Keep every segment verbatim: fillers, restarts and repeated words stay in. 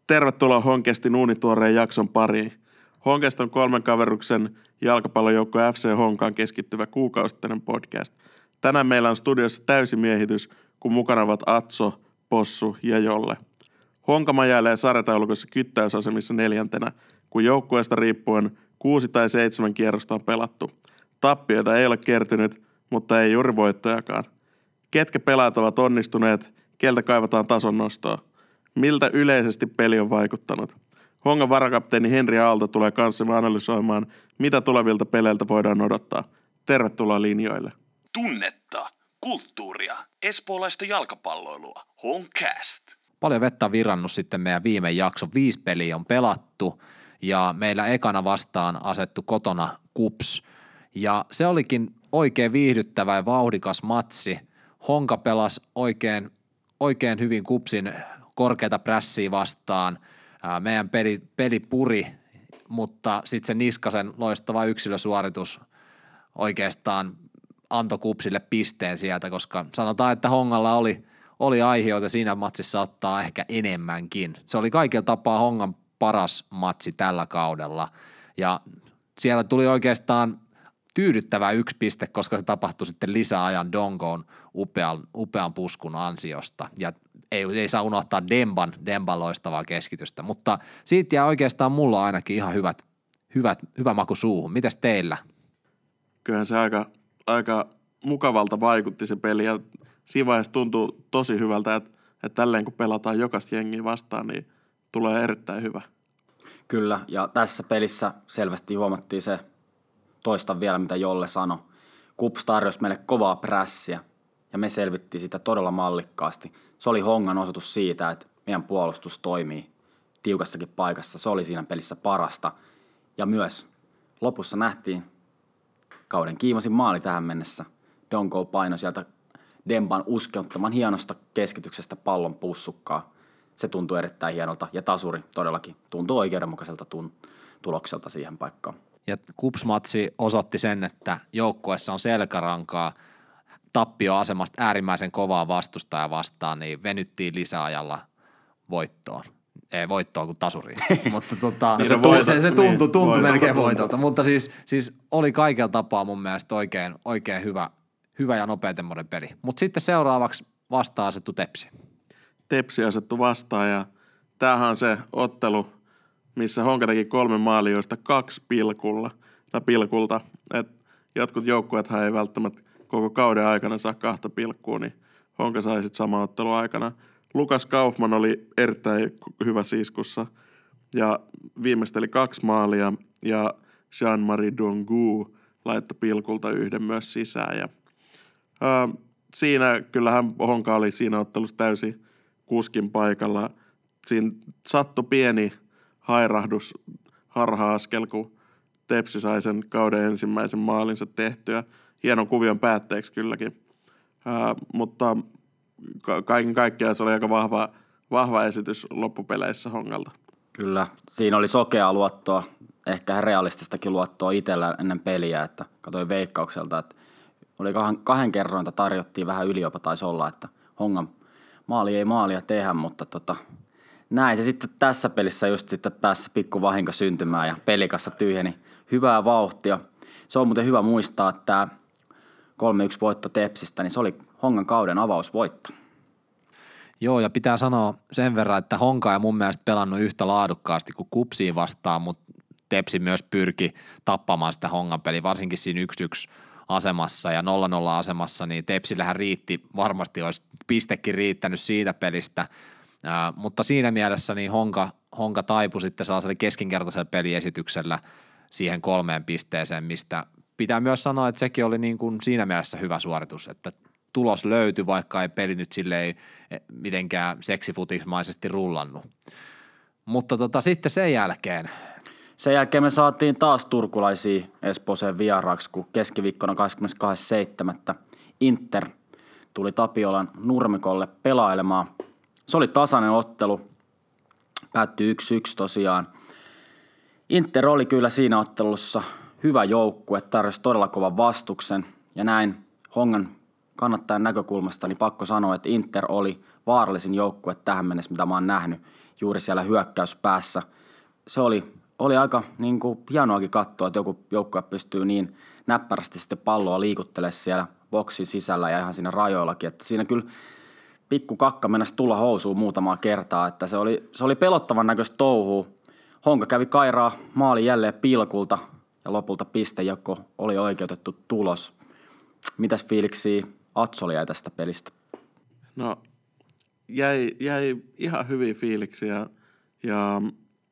Tervetuloa Honkestin uunituoreen jakson pariin. Honkest on kolmen kaveruksen jalkapallojoukko F C Honkaan keskittyvä kuukausittainen podcast. Tänään meillä on studiossa täysi miehitys, kun mukana ovat Atso, Possu ja Jolle. Honka majailee sarjataulukossa kyttäysasemissa neljäntenä, kun joukkueesta riippuen kuusi tai seitsemän kierrosta on pelattu. Tappioita ei ole kertynyt, mutta ei juuri voittajakaan. Ketkä pelaajat ovat onnistuneet, keltä kaivataan tason nostoa? Miltä yleisesti peli on vaikuttanut? Hongan varakapteeni Henri Aalto tulee kanssamme analysoimaan, mitä tulevilta peleiltä voidaan odottaa. Tervetuloa linjoille. Tunnetta, kulttuuria, espoolaista jalkapalloilua. Honcast. Paljon vettä on virrannut sitten meidän viime jakso. Viisi peliä on pelattu ja meillä ekana vastaan asettu kotona Kups. Ja se olikin oikein viihdyttävä ja vauhdikas matsi. Honka pelasi oikein, oikein hyvin Kupsin korkeata prässiä vastaan. Meidän peli, peli puri, mutta sitten se Niskasen loistava yksilösuoritus oikeastaan antoi Kupsille pisteen sieltä, koska sanotaan, että Hongalla oli, oli aiheita siinä matsissa ottaa ehkä enemmänkin. Se oli kaikilla tapaa Hongan paras matsi tällä kaudella ja siellä tuli oikeastaan tyydyttävä yksi piste, koska se tapahtui sitten lisäajan Dongoon upean, upean puskun ansiosta ja ei, ei saa unohtaa Demban, Demban loistavaa keskitystä, mutta siitä jää oikeastaan mulla ainakin ihan hyvät, hyvät, hyvä maku suuhun. Mites teillä? Kyllähän se aika, aika mukavalta vaikutti se peli ja siinä vaiheessa tuntuu tosi hyvältä, että, että tälleen kun pelataan jokaista jengiä vastaan, niin tulee erittäin hyvä. Kyllä, ja tässä pelissä selvästi huomattiin se, toistan vielä mitä Jolle sanoi. Kups tarjosi meille kovaa prässiä ja me selvittiin sitä todella mallikkaasti. Se oli Hongan osoitus siitä, että meidän puolustus toimii tiukassakin paikassa. Se oli siinä pelissä parasta. Ja myös lopussa nähtiin kauden kiimasin maali tähän mennessä. Dongo paino sieltä Demban uskeuttaman hienosta keskityksestä pallon pussukkaa. Se tuntui erittäin hienolta ja tasuri todellakin tuntuu oikeudenmukaiselta tun- tulokselta siihen paikkaan. Ja Kups-matsi osoitti sen, että joukkueessa on selkärankaa tappioasemasta äärimmäisen kovaa vastustajaa vastaan, niin venyttiin lisäajalla voittoon. Ei voittoon kuin tasuriin, mutta tota, niin se, se, tuntui, se, se tuntui, niin, tuntui melkein voitolta, mutta siis, siis oli kaikella tapaa mun mielestä oikein, oikein hyvä, hyvä ja nopea temmoinen peli. Mutta sitten seuraavaksi vastaan asettu Tepsi. Tepsi asettu vastaan ja tämähän on se ottelu, missä Honka teki kolme maalia, joista kaksi pilkulla, tai pilkulta. Et jotkut joukkueethan ei välttämättä koko kauden aikana saa kahta pilkkua, niin Honka sai sitten sama ottelu aikana. Lukas Kaufman oli erittäin hyvä siiskussa ja viimeisteli kaksi maalia ja Jean-Marie Dongu laittoi pilkulta yhden myös sisään. Ja, ää, siinä kyllähän Honka oli siinä ottelussa täysin kuskin paikalla. Siinä sattui pieni hairahdus harha-askel, kun Tepsi sai sen kauden ensimmäisen maalinsa tehtyä. Hienon kuvion päätteeksi kylläkin, Ää, mutta ka- kaiken kaikkiaan se oli aika vahva, vahva esitys loppupeleissä Hongalta. Kyllä, siinä oli sokeaa luottoa, ehkä realististakin luottoa itsellä ennen peliä, että katsoin veikkaukselta, että oli kahden, kahden kerrointa tarjottiin vähän yli jopa taisi olla, että Hongan maali ei maalia tehdä, mutta tota, näin se sitten tässä pelissä just sitten päässä pikku vahinko syntymään ja pelikassa tyhjeni hyvää vauhtia. Se on muuten hyvä muistaa, että tämä kolme yksi voitto Tepsistä, niin se oli Hongan kauden avausvoitto. Joo, ja pitää sanoa sen verran, että Honka ei mun mielestä pelannut yhtä laadukkaasti kuin Kupsiin vastaan, mutta Tepsi myös pyrki tappamaan sitä Hongan peliä, varsinkin siinä yksi yksi asemassa ja nolla nolla asemassa, niin Tepsillähän riitti, varmasti olisi pistekin riittänyt siitä pelistä, Ää, mutta siinä mielessä niin Honka, Honka taipui sitten sellaisella keskinkertaisella peliesityksellä siihen kolmeen pisteeseen, mistä pitää myös sanoa, että sekin oli niin kuin siinä mielessä hyvä suoritus, että tulos löytyi, vaikka ei peli nyt silleen mitenkään seksifutismaisesti rullannut. Mutta tota, sitten sen jälkeen. Sen jälkeen me saatiin taas turkulaisia Espooseen vieraaksi, kun keskiviikkona kahdeskymmenestoinen seitsemäs Inter tuli Tapiolan nurmikolle pelailemaan. Se oli tasainen ottelu, päättyi yksi yksi tosiaan. Inter oli kyllä siinä ottelussa hyvä joukkue, tarjosi todella kovan vastuksen ja näin Hongan kannattajan näkökulmasta niin pakko sanoa, että Inter oli vaarallisin joukkue tähän mennessä, mitä mä oon nähnyt juuri siellä hyökkäyspäässä. Se oli, oli aika niin kuin hienoakin katsoa, että joku joukkue pystyy niin näppärästi sitten palloa liikuttelemaan siellä boksin sisällä ja ihan siinä rajoillakin, että siinä kyllä pikku kakka mennäisi tulla housuun muutamaa kertaa, että se oli, se oli pelottavan näköistä touhua. Honka kävi kairaa maali jälleen pilkulta ja lopulta pistejako oli oikeutettu tulos. Mitäs fiiliksiä Atsoli jäi tästä pelistä? No jäi, jäi ihan hyviä fiiliksiä ja,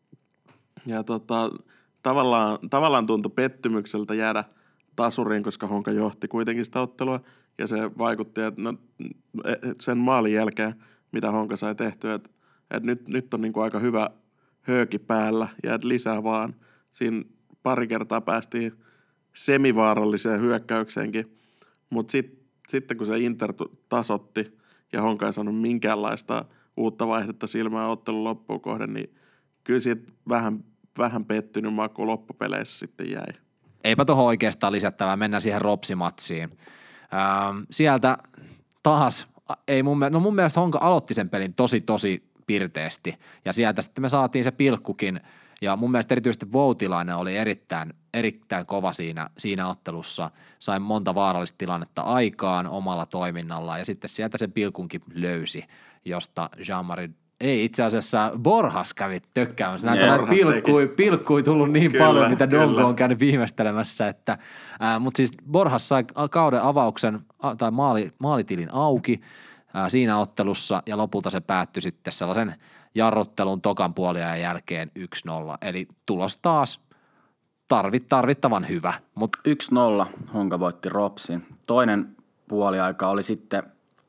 ja tota, tavallaan, tavallaan tuntui pettymykseltä jäädä tasuriin, koska Honka johti kuitenkin sitä ottelua ja se vaikutti, että no, sen maalin jälkeen, mitä Honka sai tehtyä, että, että nyt, nyt on niin kuin aika hyvä hööki päällä ja että lisää vaan. Siinä pari kertaa päästiin semivaaralliseen hyökkäykseenkin, mutta sit, sitten kun se Inter tasotti ja Honka ei saanut minkäänlaista uutta vaihdetta silmään ottelun loppuun kohden, niin kyllä siitä vähän, vähän pettynyt maku loppupeleissä sitten jäi. Eipä tuohon oikeastaan lisättävää, mennään siihen Ropsi-matsiin. Ähm, sieltä taas, ei mun, no mun mielestä Honka aloitti sen pelin tosi tosi pirteästi ja sieltä sitten me saatiin se pilkkukin ja mun mielestä erityisesti Voutilainen oli erittäin, erittäin kova siinä, siinä ottelussa, sai monta vaarallista tilannetta aikaan omalla toiminnallaan ja sitten sieltä sen pilkunkin löysi, josta Jean-Marie ei itse asiassa Borjas kävi tökkäämässä. Näitä pilkkui, pilkkui tullut niin kyllä, paljon, mitä Donko on käynyt viimeistelemässä. Että, ää, mutta siis Borjas sai kauden avauksen a, tai maali, maalitilin auki ää, siinä ottelussa ja lopulta se päättyi sitten sellaisen jarruttelun tokan puoliajan jälkeen yksi nolla. Eli tulos taas tarvit, tarvittavan hyvä. Mut yksi nolla Honka voitti Ropsin. Toinen puoliaika oli sitten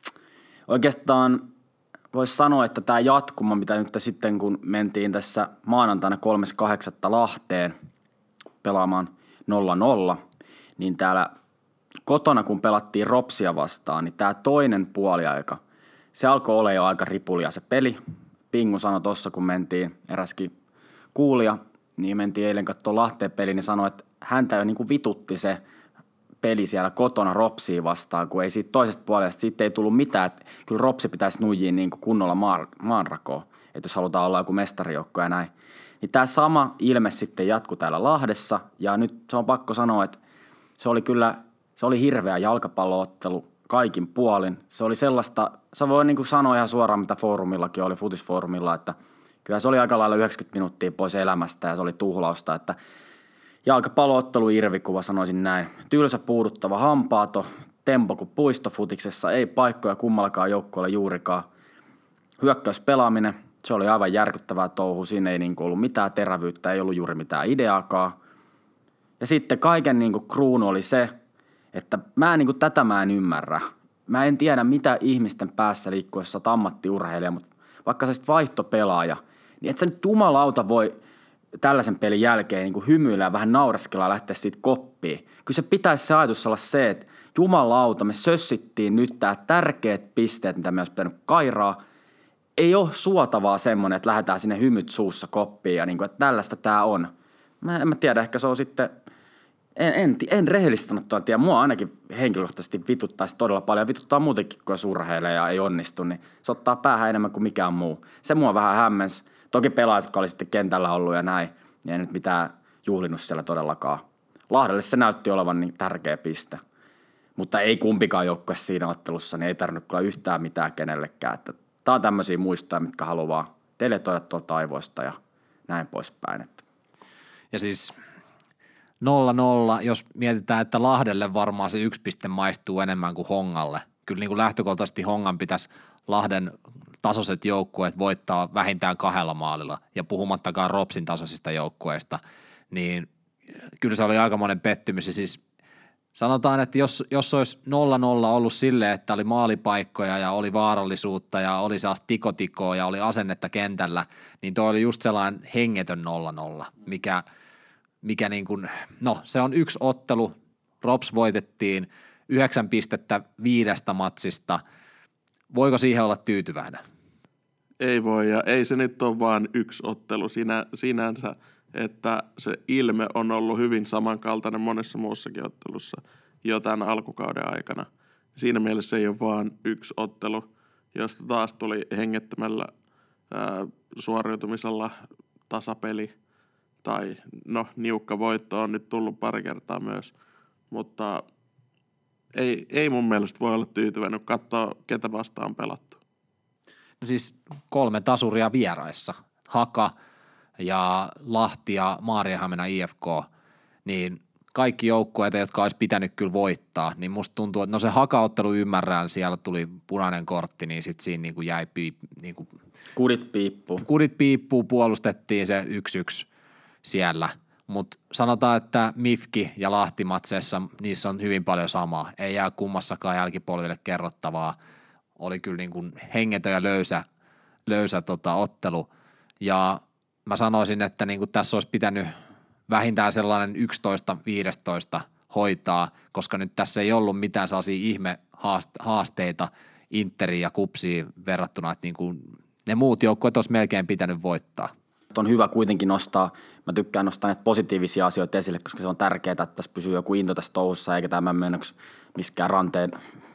oikeastaan voisi sanoa, että tämä jatkuma, mitä nyt sitten kun mentiin tässä maanantaina kolmas kahdeksatta Lahteen pelaamaan nolla nolla, niin täällä kotona kun pelattiin Ropsia vastaan, niin tämä toinen puoliaika, se alkoi olla jo aika ripulia se peli. Pingu sanoi tuossa, kun mentiin eräskin kuulija, niin mentiin eilen katsoa Lahteen peli, niin sanoi, että häntä jo niin kuin vitutti se peli siellä kotona Ropsia vastaan, kun ei siitä toisesta puolesta, siitä ei tullut mitään, että kyllä Ropsi pitäisi nuijia niin kuin kunnolla maan, maanrakoon, että jos halutaan olla joku mestarijoukko ja näin. Niin tämä sama ilme sitten jatkui täällä Lahdessa, ja nyt se on pakko sanoa, että se oli kyllä, se oli hirveä jalkapalloottelu kaikin puolin. Se oli sellaista, se voi niin kuin sanoa ihan suoraan, mitä foorumillakin oli, futisfoorumilla, että kyllä se oli aika lailla yhdeksänkymmentä minuuttia pois elämästä, ja se oli tuhlausta, että jalkapalloottelu irvikuva, sanoisin näin. Tylsä puuduttava hampaato, tempo kuin puistofutiksessa, ei paikkoja kummallakaan joukkueella juurikaan. Hyökkäyspelaaminen, se oli aivan järkyttävää touhu, siinä ei niin kuin ollut mitään terävyyttä, ei ollut juuri mitään ideaakaan. Ja sitten kaiken niin kuin kruunu oli se, että mä en, niin kuin tätä mä en ymmärrä. Mä en tiedä, mitä ihmisten päässä liikkuu, jos sä oot ammattiurheilija, mutta vaikka sä sit vaihtopelaaja, niin et sä nyt jumalauta voi tällaisen pelin jälkeen niin kuin hymyillä ja vähän naureskella ja lähteä siitä koppiin. Kyllä se pitäisi se ajatus olla se, että jumalauta, me sössittiin nyt tää tärkeät pisteet, mitä me olisi pitänyt kairaa. Ei ole suotavaa semmoinen, että lähdetään sinne hymyt suussa koppiin ja niin kuin, että tällaista tää on. Mä en mä tiedä, ehkä se on sitten, en, en, en rehellisesti sanottua tiedä, mua ainakin henkilökohtaisesti vituttaisi todella paljon, vituttaa muutenkin, kun jos urheilee ja ei onnistu, niin se ottaa päähän enemmän kuin mikään muu. Se mua vähän hämmensi. Toki pelaajat, jotka oli sitten kentällä ollut ja näin, niin ei nyt mitään juhlinnut siellä todellakaan. Lahdelle se näytti olevan niin tärkeä piste. Mutta ei kumpikaan joukkue siinä ottelussa, niin ei tarvinnut kyllä yhtään mitään kenellekään. Tämä on tämmöisiä muistoja, mitkä haluaa deletoida tuolta aivoista ja näin poispäin. Ja siis nolla nolla, jos mietitään, että Lahdelle varmaan se yksi piste maistuu enemmän kuin Hongalle. Kyllä niin kuin lähtökohtaisesti Hongan pitäisi Lahden tasoiset joukkueet voittaa vähintään kahdella maalilla ja puhumattakaan Ropsin tasoisista joukkueista, niin kyllä se oli aikamoinen pettymys. Ja siis sanotaan, että jos, jos olisi nolla nolla ollut silleen, että oli maalipaikkoja ja oli vaarallisuutta ja oli sellaista tikotikoa ja oli asennetta kentällä, niin toi oli just sellainen hengetön nolla nolla, mikä, mikä niin kuin, no se on yksi ottelu, Rops voitettiin yhdeksän pistettä viidestä matsista. Voiko siihen olla tyytyväinen? Ei voi, ja ei se nyt ole vaan yksi ottelu sinä, sinänsä, että se ilme on ollut hyvin samankaltainen monessa muussakin ottelussa jo tämän alkukauden aikana. Siinä mielessä ei ole vaan yksi ottelu, josta taas tuli hengettömällä ää, suoriutumisella tasapeli. Tai no, niukka voitto on nyt tullut pari kertaa myös, mutta ei, ei mun mielestä voi olla tyytyväinen, kun katsoo, ketä vastaan on pelattu. No siis kolme tasuria vieraissa, Haka ja Lahti ja Maarianhamina I F K, niin kaikki joukkueita, jotka olisi pitänyt kyllä voittaa, niin musta tuntuu, että no se Haka-ottelu ymmärrään, siellä tuli punainen kortti, niin sitten siinä niin kuin jäi piip, niin kuin Kudit piippuu. Kudit piippuu, puolustettiin se yksi yksi siellä, mutta sanotaan, että Mifki ja Lahti-matseissa niissä on hyvin paljon samaa, ei jää kummassakaan jälkipolville kerrottavaa, oli kyllä niin kuin hengetön ja löysä, löysä tota ottelu, ja mä sanoisin, että niin kuin tässä olisi pitänyt vähintään sellainen yksitoista viisitoista hoitaa, koska nyt tässä ei ollut mitään sellaisia ihme haasteita Interiin ja Kupsiin verrattuna, että niin kuin ne muut joukkueet olisi melkein pitänyt voittaa. On hyvä kuitenkin nostaa, mä tykkään nostaa näitä positiivisia asioita esille, koska se on tärkeää, että tässä pysyy joku into tässä touhussa, eikä tämä mennäksi miskään ranteen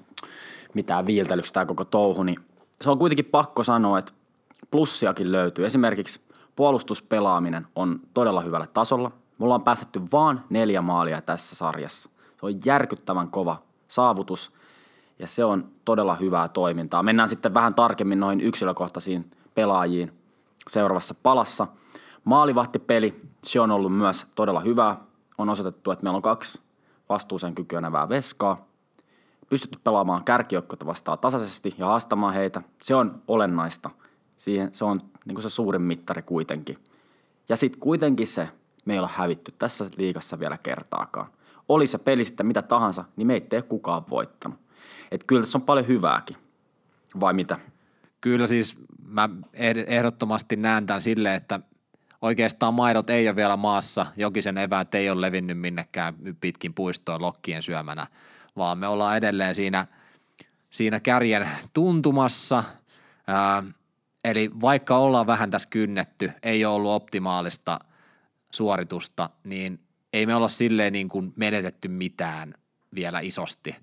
mitään viiltelyksi tämä koko touhu, niin se on kuitenkin pakko sanoa, että plussiakin löytyy. Esimerkiksi puolustuspelaaminen on todella hyvällä tasolla. Mulla on päästetty vaan neljä maalia tässä sarjassa. Se on järkyttävän kova saavutus ja se on todella hyvää toimintaa. Mennään sitten vähän tarkemmin noihin yksilökohtaisiin pelaajiin seuraavassa palassa. Maalivahtipeli, se on ollut myös todella hyvää. On osoitettu, että meillä on kaksi vastuuseen kykenevää veskaa. Pystytty pelaamaan kärkijoukkoita vastaan tasaisesti ja haastamaan heitä. Se on olennaista. Siihen, se on niin kuin se suurin mittari kuitenkin. Ja sitten kuitenkin se, me ei olla hävitty tässä liigassa vielä kertaakaan. Oli se peli sitten mitä tahansa, niin me ei tee kukaan voittanut. Että kyllä tässä on paljon hyvääkin. Vai mitä? Kyllä siis mä ehdottomasti näen tämän silleen, että oikeastaan maidot ei ole vielä maassa, Jokisen eväät ei ole levinnyt minnekään pitkin puistoa lokkien syömänä, vaan me ollaan edelleen siinä, siinä kärjen tuntumassa. Ää, eli vaikka ollaan vähän tässä kynnetty, ei ole ollut optimaalista suoritusta, niin ei me olla silleen niin kuin menetetty mitään vielä isosti.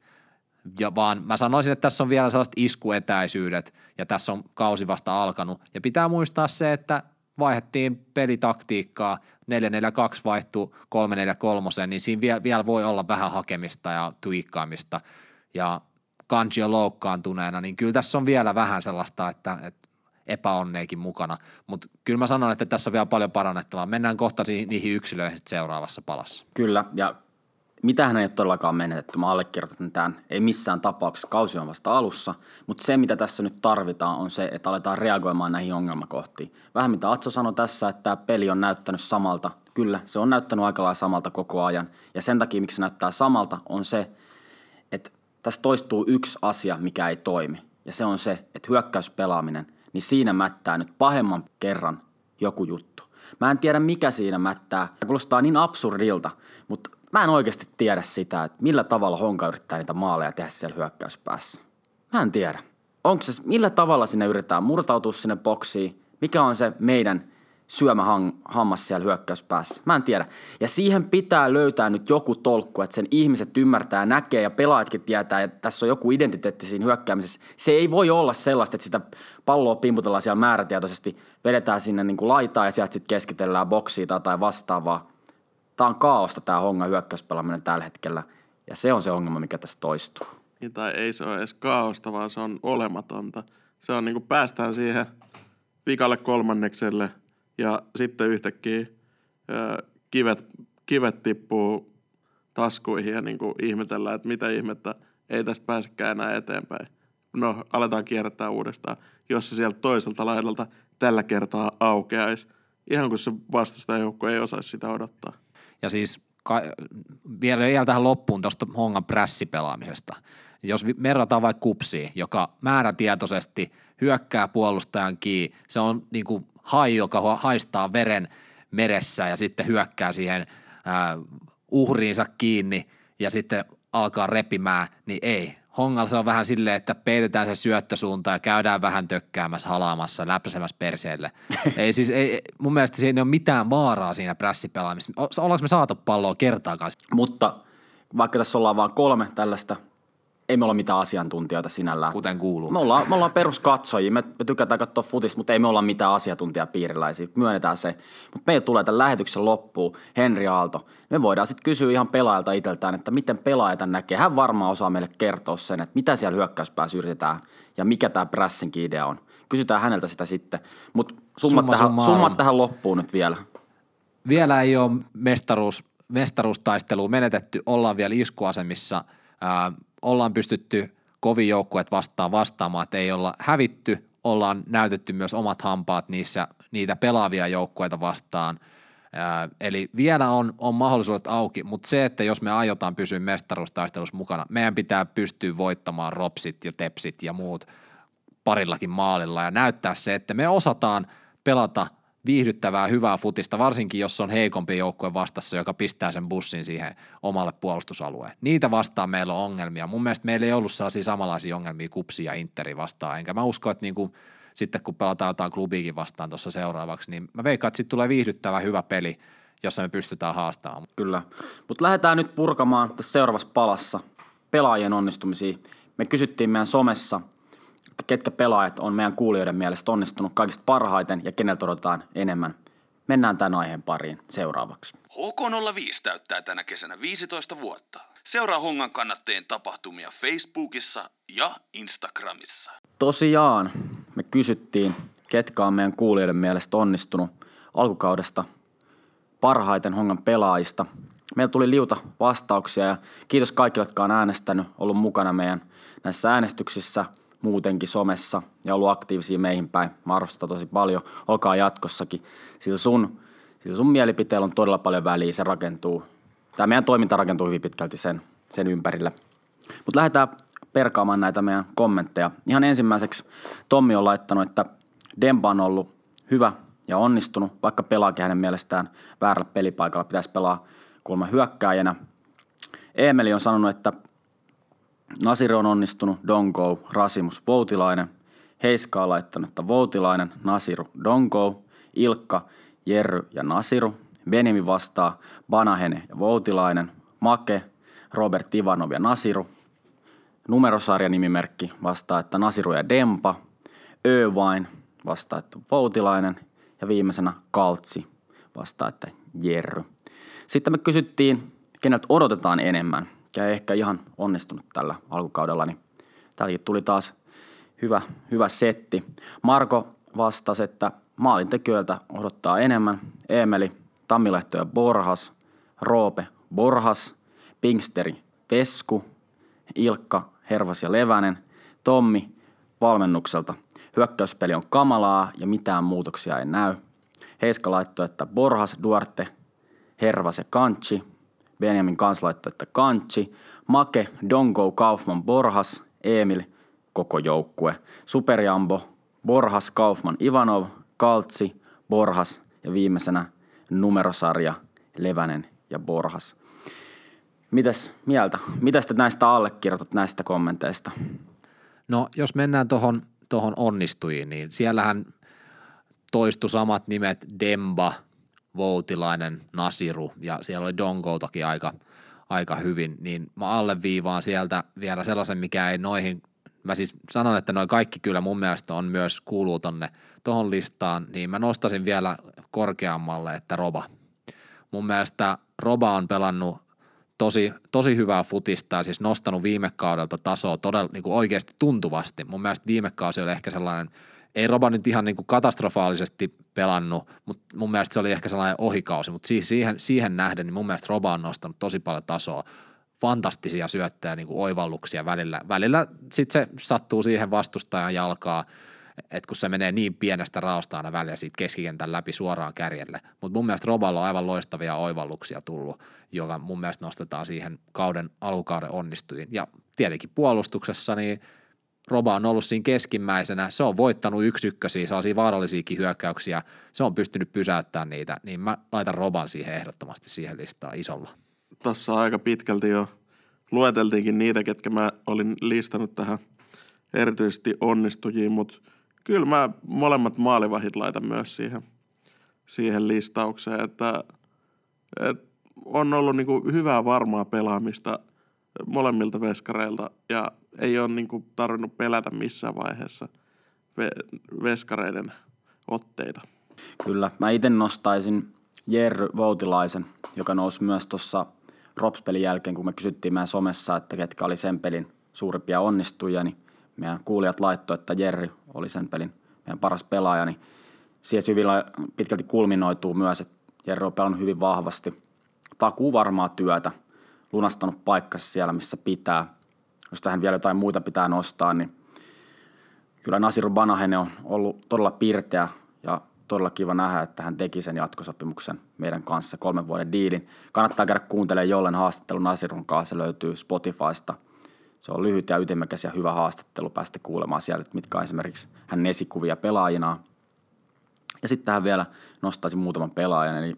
Ja vaan mä sanoisin, että tässä on vielä sellaiset iskuetäisyydet ja tässä on kausi vasta alkanut. Ja pitää muistaa se, että vaihdettiin pelitaktiikkaa, neljä neljä kaksi vaihtui kolme neljä kolme, niin siinä vielä, vielä voi olla vähän hakemista ja tuikkaamista. Ja Kanji on loukkaantuneena, niin kyllä tässä on vielä vähän sellaista, että, että epäonneikin mukana. Mutta kyllä mä sanon, että tässä on vielä paljon parannettavaa. Mennään kohta niihin yksilöihin seuraavassa palassa. Kyllä, ja mitähän ei ole todellakaan menetetty. Mä allekirjoitan tämän. Ei missään tapauksessa, kausi on vasta alussa, mutta se, mitä tässä nyt tarvitaan, on se, että aletaan reagoimaan näihin ongelmakohtiin. Vähän mitä Atso sanoi tässä, että tämä peli on näyttänyt samalta. Kyllä, se on näyttänyt aika lailla samalta koko ajan. Ja sen takia, miksi se näyttää samalta, on se, että tässä toistuu yksi asia, mikä ei toimi. Ja se on se, että hyökkäyspelaaminen, niin siinä mättää nyt pahemman kerran joku juttu. Mä en tiedä, mikä siinä mättää. Kuulostaa niin absurdilta, mutta mä en oikeasti tiedä sitä, että millä tavalla Honka yrittää niitä maaleja tehdä siellä hyökkäyspäässä. Mä en tiedä. Onko se, millä tavalla sinne yritetään murtautua sinne boksiin? Mikä on se meidän syömähammas siellä hyökkäyspäässä? Mä en tiedä. Ja siihen pitää löytää nyt joku tolkku, että sen ihmiset ymmärtää, näkee ja pelaajatkin tietää, että tässä on joku identiteetti siinä hyökkäämisessä. Se ei voi olla sellaista, että sitä palloa pimputellaan siellä määrätietoisesti, vedetään sinne niin kuin laitaan ja sieltä sitten keskitellään boksiin tai jotain vastaavaa. Tämä on kaaosta tämä Hongan hyökkäyspelaaminen tällä hetkellä, ja se on se ongelma, mikä tässä toistuu. Niin, tai ei se ole edes kaaosta, vaan se on olematonta. Se on niin kuin päästään siihen vikalle kolmannekselle, ja sitten yhtäkkiä ö, kivet, kivet tippuu taskuihin ja niin kuin ihmetellään, että mitä ihmettä, ei tästä pääsekään enää eteenpäin. No, aletaan kierrättää uudestaan, jos se sieltä toiselta laidalta tällä kertaa aukeaisi. Ihan kun se vastustajajoukko ei osaisi sitä odottaa. Ja siis ka- vielä, vielä tähän loppuun tuosta Hongan prässipelaamisesta. Jos verrataan vaikka Kupsiin, joka määrätietoisesti hyökkää puolustajan kiinni, se on niin kuin hai, joka haistaa veren meressä ja sitten hyökkää siihen ää, uhriinsa kiinni ja sitten alkaa repimään, niin ei. Hongalla se on vähän silleen, että peitetään se syöttösuunta ja käydään vähän tökkäämässä, halaamassa, läpsäsemässä perseelle. ei siis, ei, mun mielestä siinä ei ole mitään vaaraa siinä prässipelaamisessa. Ollaanko me saatu palloa kertaakaan? Mutta vaikka tässä ollaan vaan kolme tällaista ei me olla mitään asiantuntijoita sinällään. Kuten kuuluu. Me ollaan, me ollaan peruskatsojia, me, me tykätään katsoa futista, mutta ei me olla mitään asiantuntijapiiriläisiä, myönnetään se. Mutta meillä tulee tämän lähetyksen loppuun Henri Aalto. Me voidaan sitten kysyä ihan pelaajalta itseltään, että miten pelaaja näkee. Hän varmaan osaa meille kertoa sen, että mitä siellä hyökkäyspäässä yritetään ja mikä tämä pressinkin idea on. Kysytään häneltä sitä sitten, mutta summat, Summa tähän, summarum. summat tähän loppuun nyt vielä. Vielä ei ole mestaruus, mestaruustaistelua menetetty, ollaan vielä iskuasemissa, ää, ollaan pystytty kovin joukkueet vastaan vastaamaan, että ei olla hävitty, ollaan näytetty myös omat hampaat niissä, niitä pelaavia joukkueita vastaan, ää, eli vielä on, on mahdollisuudet auki, mutta se, että jos me aiotaan pysyä mestaruustaistelussa mukana, meidän pitää pystyä voittamaan ropsit ja tepsit ja muut parillakin maalilla ja näyttää se, että me osataan pelata viihdyttävää, hyvää futista, varsinkin jos on heikompi joukkue vastassa, joka pistää sen bussin siihen omalle puolustusalueen. Niitä vastaan meillä on ongelmia. Mun mielestä meillä ei ollut sellaisia samanlaisia ongelmia Kupsia ja Interi vastaan, enkä mä usko, että niinku, sitten kun pelataan jotain klubiikin vastaan tuossa seuraavaksi, niin mä veikkaan, että sitten tulee viihdyttävä, hyvä peli, jossa me pystytään haastamaan. Kyllä, mutta lähdetään nyt purkamaan tässä seuraavassa palassa pelaajien onnistumisia. Me kysyttiin meidän somessa, että ketkä pelaajat on meidän kuulijoiden mielestä onnistunut kaikista parhaiten ja keneltä odotetaan enemmän. Mennään tämän aiheen pariin seuraavaksi. H K nolla viisi täyttää tänä kesänä viisitoista vuotta. Seuraa Hongan kannattajien tapahtumia Facebookissa ja Instagramissa. Tosiaan me kysyttiin, ketkä on meidän kuulijoiden mielestä onnistunut alkukaudesta parhaiten Hongan pelaajista. Meillä tuli liuta vastauksia ja kiitos kaikille, jotka on äänestänyt, ollut mukana meidän näissä äänestyksissä, muutenkin somessa ja ollut aktiivisia meihin päin. Mä arvostan tosi paljon, olkaa jatkossakin. Sillä sun, sillä sun mielipiteellä on todella paljon väliä, se rakentuu. Tämä meidän toiminta rakentuu hyvin pitkälti sen, sen ympärille. Mutta lähdetään perkaamaan näitä meidän kommentteja. Ihan ensimmäiseksi Tommi on laittanut, että Demba on ollut hyvä ja onnistunut, vaikka pelaakin hänen mielestään väärällä pelipaikalla, pitäisi pelaa kuulemma hyökkääjänä. Eemeli on sanonut, että Nasiri on onnistunut, Dongo, Rasimus, Voutilainen. Heiska on laittanut, että Voutilainen, Nasiru, Dongo. Ilkka, Jerry ja Nasiru. Benjamin vastaa Banahene ja Voutilainen. Make, Robert Ivanov ja Nasiru. Numerosarja nimimerkki vastaa, että Nasiru ja Dempa. Övain vastaa, että Voutilainen. Ja viimeisenä Kaltsi vastaa, että Jerry. Sitten me kysyttiin, keneltä odotetaan enemmän. Ja ei ehkä ihan onnistunut tällä alkukaudella, niin täälläkin tuli taas hyvä, hyvä setti. Marko vastasi, että maalintekijöiltä odottaa enemmän. Eemeli, Tammilehto ja Borhas, Roope, Borhas, Pinksteri, Vesku, Ilkka, Hervas ja Levänen, Tommi, valmennukselta. Hyökkäyspeli on kamalaa ja mitään muutoksia ei näy. Heiska laittoi, että Borhas, Duarte, Hervas ja Kantsi. Benjamin kanssa laittoi, että Kantsi. Make, Dongo, Kaufman, Borhas, Emil, koko joukkue. Superjambo, Borhas, Kaufman, Ivanov, Kaltsi, Borhas ja viimeisenä numerosarja, Levänen ja Borhas. Mitäs mieltä? Mitäs te näistä allekirjoitat näistä kommenteista? No jos mennään tuohon tohon onnistujiin, niin siellähän toistui samat nimet Demba, Voutilainen, Nasiru ja siellä oli Dongoutakin aika, aika hyvin, niin mä alleviivaan sieltä vielä sellaisen, mikä ei noihin, mä siis sanon, että noi kaikki kyllä mun mielestä on myös kuuluu tonne tohon listaan, niin mä nostasin vielä korkeammalle, että Roba. Mun mielestä Roba on pelannut tosi, tosi hyvää futista ja siis nostanut viime kaudelta tasoa todella niin kuin oikeasti tuntuvasti. Mun mielestä viime kausi oli ehkä sellainen, ei Roba nyt ihan niin kuin katastrofaalisesti pelannut, mutta mun mielestä se oli ehkä sellainen ohikausi, mutta siis siihen, siihen nähden, niin mun mielestä Roba on nostanut tosi paljon tasoa, fantastisia syöttejä, niin kuin oivalluksia välillä. Välillä sitten se sattuu siihen vastustajan jalkaa, että kun se menee niin pienestä raosta aina välillä siitä keskikentän läpi suoraan kärjelle. Mutta mun mielestä Roballa on aivan loistavia oivalluksia tullut, joka mun mielestä nostetaan siihen kauden alkukauden onnistujiin. Ja tietenkin puolustuksessa niin Roba on ollut siinä keskimmäisenä, se on voittanut yksi ykkösiä, sellaisia vaarallisiakin hyökkäyksiä, se on pystynyt pysäyttämään niitä, niin mä laitan Roban siihen ehdottomasti siihen listaan isolla. Tuossa aika pitkälti jo lueteltiinkin niitä, ketkä mä olin listannut tähän erityisesti onnistujiin, mutta kyllä mä molemmat maalivahit laitan myös siihen, siihen listaukseen, että, että on ollut niinku hyvää varmaa pelaamista molemmilta veskareilta ja ei ole niinku tarvinnut pelätä missään vaiheessa ve- veskareiden otteita. Kyllä. Mä itse nostaisin Jerry Voutilaisen, joka nousi myös tuossa Rops-pelin jälkeen, kun me kysyttiin meidän somessa, että ketkä oli sen pelin suurimpia onnistujia, niin meidän kuulijat laittoi, että Jerry oli sen pelin meidän paras pelaaja, niin siihen hyvin pitkälti kulminoituu myös, että Jerry on pelannut hyvin vahvasti. Takuu varmaa työtä, lunastanut paikkansa siellä, missä pitää. Jos tähän vielä jotain muita pitää nostaa, niin kyllä Nasir Banahene on ollut todella pirteä ja todella kiva nähdä, että hän teki sen jatkosopimuksen meidän kanssa kolmen vuoden diilin. Kannattaa käydä kuuntelemaan Jollen haastattelu Nasirun kanssa, se löytyy Spotifysta. Se on lyhyt ja ytimekäs ja hyvä haastattelu, päästä kuulemaan sieltä, että mitkä on esimerkiksi hänen esikuvia pelaajina. Ja sitten tähän vielä nostaisin muutaman pelaajan, eli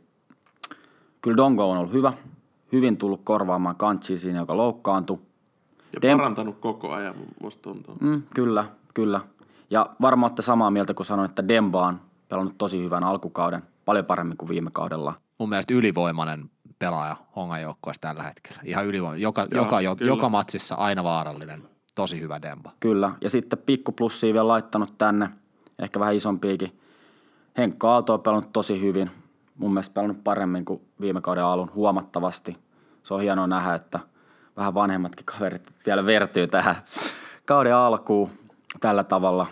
kyllä Dongo on ollut hyvä, hyvin tullut korvaamaan Kanchia siinä, joka loukkaantui. Ja Tem- parantanut koko ajan, musta tuntuu. Mm, kyllä, kyllä. Ja varmaan olette samaa mieltä, kun sanoin, että Demba on pelannut tosi hyvän alkukauden, paljon paremmin kuin viime kaudella. Mun mielestä ylivoimainen pelaaja Hongan joukkueessa tällä hetkellä. Ihan ylivoimainen. Joka, Joo, joka, jo, kyllä. joka matsissa aina vaarallinen. Tosi hyvä Demba. Kyllä, ja sitten pikkuplussia vielä laittanut tänne, ehkä vähän isompiakin. Henkka Aalto on pelannut tosi hyvin, mun mielestä pelannut paremmin kuin viime kauden alun huomattavasti. Se on hienoa nähdä, että vähän vanhemmatkin kaverit vielä vertyy tähän kauden alkuun tällä tavalla.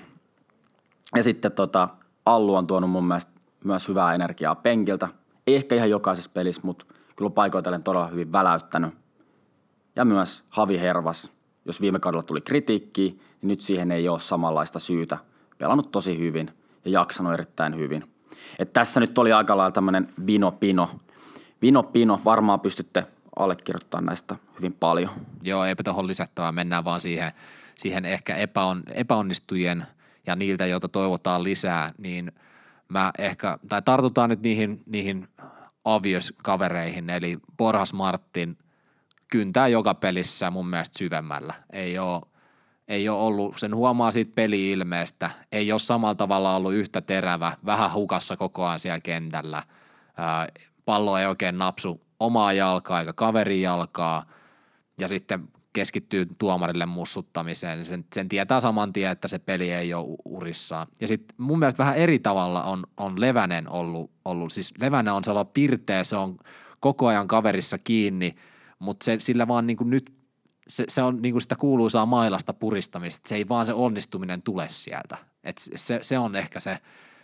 Ja sitten tota, Allu on tuonut mun mielestä myös hyvää energiaa penkiltä. Ei ehkä ihan jokaisessa pelissä, mutta kyllä on paikoitellen todella hyvin väläyttänyt. Ja myös Havi Hervas. Jos viime kaudella tuli kritiikkiä, niin nyt siihen ei ole samanlaista syytä. Pelannut tosi hyvin ja jaksanut erittäin hyvin. Et tässä nyt oli aika lailla tämmöinen vino-pino. Vino-pino, varmaan pystytte allekirjoittamaan näistä hyvin paljon. Joo, eipä tuohon lisättävää. Mennään vaan siihen, siihen ehkä epäon, epäonnistujien ja niiltä, joita toivotaan lisää, niin mä ehkä, tai tartutaan nyt niihin, niihin obvious kavereihin, eli Borjas Martin kyntää joka pelissä mun mielestä syvemmällä. Ei ole, ei ole ollut, sen huomaa siitä peli-ilmeestä, ei ole samalla tavalla ollut yhtä terävä, vähän hukassa koko ajan siellä kentällä. Ää, pallo ei oikein napsu omaa jalkaa eikä kaverin jalkaa ja sitten keskittyy tuomarille mussuttamiseen. Sen, sen tietää saman tien, että se peli ei ole urissaan. Ja sitten mun mielestä vähän eri tavalla on, on Levänen ollut, ollut. Siis Levänen on sellainen pirteä, se on koko ajan kaverissa kiinni, mutta se, sillä vaan niin kuin nyt, se, se on niin kuin sitä kuuluisaa mailasta puristamista, se ei vaan se onnistuminen tule sieltä. Et se, se on ehkä se,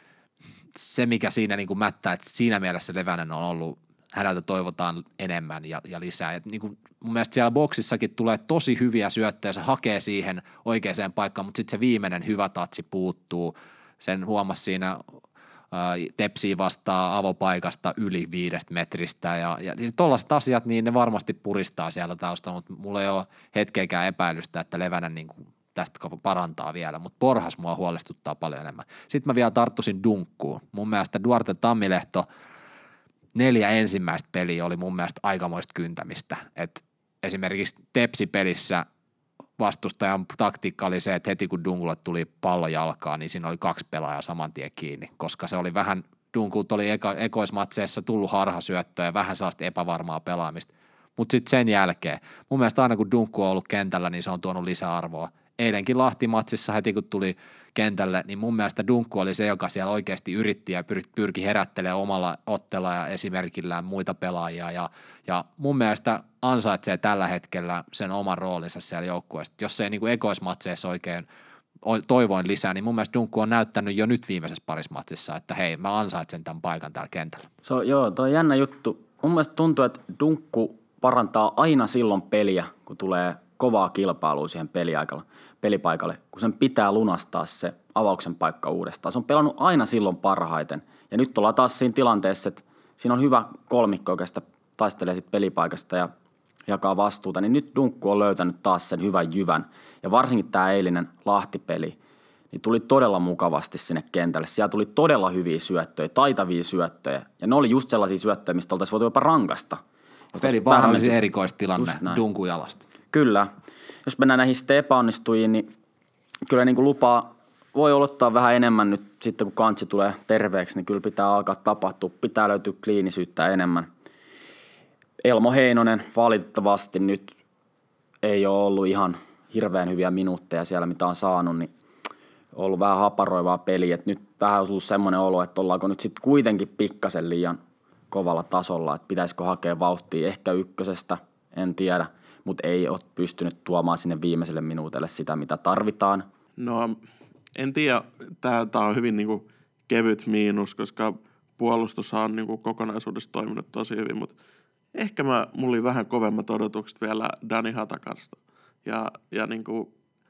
se mikä siinä niin kuin mättää, että siinä mielessä Levänen on ollut, häneltä toivotaan enemmän ja, ja lisää. Et niin kuin mun mielestä siellä boksissakin tulee tosi hyviä syöttöjä, se hakee siihen oikeaan paikkaan, mutta sitten se viimeinen hyvä tatsi puuttuu. Sen huomasi siinä tepsii vastaa avopaikasta yli viidestä metristä ja, ja siis tollaiset asiat, niin ne varmasti puristaa siellä taustalla, mutta mulla ei ole hetkeäkään epäilystä, että Levänen niin kuin tästä parantaa vielä, mutta Borjas mua huolestuttaa paljon enemmän. Sitten mä vielä tarttusin Dunkkuun. Mun mielestä Duarte Tammilehto neljä ensimmäistä peliä oli mun mielestä aikamoista kyntämistä, että esimerkiksi Tepsi-pelissä vastustajan taktiikka oli se, että heti kun Dunkulle tuli pallo jalkaan, niin siinä oli kaksi pelaajaa saman tien kiinni, koska se oli vähän, Dunkulta oli eka, ekoismatseissa tullut harhasyöttöä ja vähän sellaista epävarmaa pelaamista, mutta sitten sen jälkeen, mun mielestä aina kun Dunkku on ollut kentällä, niin se on tuonut lisäarvoa. Eilenkin Lahti-matsissa heti kun tuli kentälle, niin mun mielestä Dunkku oli se, joka siellä oikeasti yritti ja pyrki herättelemään omalla otteella ja esimerkillään muita pelaajia ja, ja mun mielestä ansaitsee tällä hetkellä sen oman roolinsa siellä joukkueessa. Jos se ei niin kuin ekoismatseissa oikein toivoin lisää, niin mun mielestä Dunkku on näyttänyt jo nyt viimeisessä parissa matsissa, että hei, mä ansaitsen tämän paikan täällä kentällä. Se on, joo, toi on jännä juttu. Mun mielestä tuntuu, että Dunkku parantaa aina silloin peliä, kun tulee kovaa kilpailua siihen peliaikalle, pelipaikalle, kun sen pitää lunastaa se avauksen paikka uudestaan. Se on pelannut aina silloin parhaiten. Ja nyt ollaan taas siinä tilanteessa, että siinä on hyvä kolmikko, joka sitä taistelee sit pelipaikasta ja jakaa vastuuta. Niin nyt Dunkku on löytänyt taas sen hyvän jyvän. Ja varsinkin tämä eilinen Lahti-peli, niin tuli todella mukavasti sinne kentälle. Siellä tuli todella hyviä syöttöjä, taitavia syöttöjä. Ja ne oli just sellaisia syöttöjä, mistä oltaisiin voitu jopa rankasta. Pelin vaarallisin erikoistilanne Dunkun jalasta. Kyllä. Jos mennään näihin sitten epäonnistujiin, niin kyllä niin kuin lupaa voi olottaa vähän enemmän nyt sitten, kun Kantsi tulee terveeksi, niin kyllä pitää alkaa tapahtua. Pitää löytyä kliinisyyttä enemmän. Elmo Heinonen valitettavasti nyt ei ole ollut ihan hirveän hyviä minuutteja siellä, mitä on saanut, niin on ollut vähän haparoivaa peliä. Et nyt vähän on tullut semmoinen olo, että ollaanko nyt sitten kuitenkin pikkasen liian kovalla tasolla, että pitäisikö hakea vauhtia ehkä ykkösestä, en tiedä, mutta ei ole pystynyt tuomaan sinne viimeiselle minuutille sitä, mitä tarvitaan. No en tiedä, tämä on hyvin niinku kevyt miinus, koska puolustushan on niinku kokonaisuudessa toiminut tosi hyvin, mutta ehkä mä, mulla oli vähän kovemmat odotukset vielä Dani Hatakasta. Ja, ja niinku,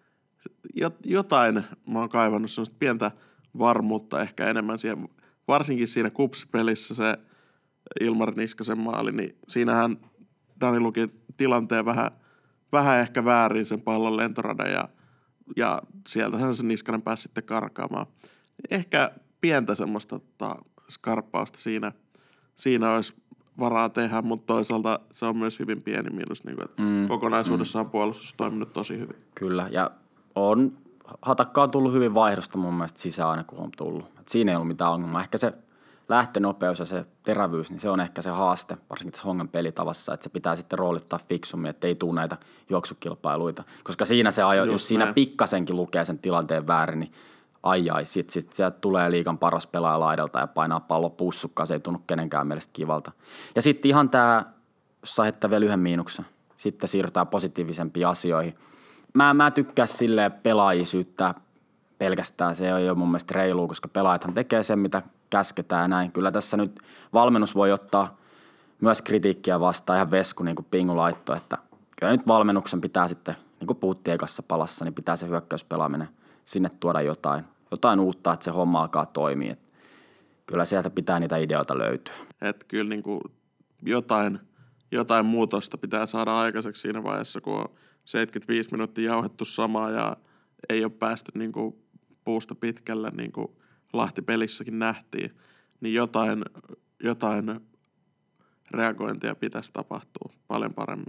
jotain mä oon kaivannut semmoista pientä varmuutta ehkä enemmän siihen, varsinkin siinä kupsipelissä se Ilmari Niskasen maali, niin siinähän Dani luki tilanteen vähän, vähän ehkä väärin sen pallon lentoradan ja, ja sieltähän se Niskanen pääsi sitten karkaamaan. Ehkä pientä semmoista tota, skarppausta siinä, siinä olisi varaa tehdä, mutta toisaalta se on myös hyvin pieni miinus, niin kuin, että mm, kokonaisuudessaan mm. puolustus on toiminut tosi hyvin. Kyllä, ja on, Hatakka on tullut hyvin vaihdosta mun mielestä sisään aina, kun on tullut. Et siinä ei ollut mitään ongelmaa. Ehkä se lähtönopeus ja se terävyys, niin se on ehkä se haaste, varsinkin tässä Hongan pelitavassa, että se pitää sitten roolittaa fiksummin, että ei tule näitä juoksukilpailuita. Koska siinä se ajo, jos siinä näin. Pikkasenkin lukee sen tilanteen väärin, niin ai ai, sit, sit sieltä tulee liigan paras pelaaja laidalta ja painaa pallo pussukkaan, se ei tunnu kenenkään mielestä kivalta. Ja sitten ihan tämä, jos saa heittää vielä yhden miinuksen, sitten siirrytään positiivisempiin asioihin. Mä, mä tykkään silleen pelaajia syyttää pelkästään, se ei ole mun mielestä reilua, koska pelaajathan tekee sen, mitä käsketään ja näin. Kyllä tässä nyt valmennus voi ottaa myös kritiikkiä vastaan, ihan Vesku, niin kuin Pingu laittoi, että kyllä nyt valmennuksen pitää sitten, niin kuin puhuttiin ekassa palassa, niin pitää se hyökkäyspelaaminen sinne tuoda jotain, jotain uutta, että se homma alkaa toimia. Et kyllä sieltä pitää niitä ideoita löytyä. Että kyllä niin kuin jotain, jotain muutosta pitää saada aikaiseksi siinä vaiheessa, kun on seitsemänkymmentäviisi minuuttia jauhettu samaa ja ei ole päästy niin kuin puusta pitkälle, niin kuin Lahti-pelissäkin nähtiin, niin jotain, jotain reagointia pitäisi tapahtua paljon paremmin.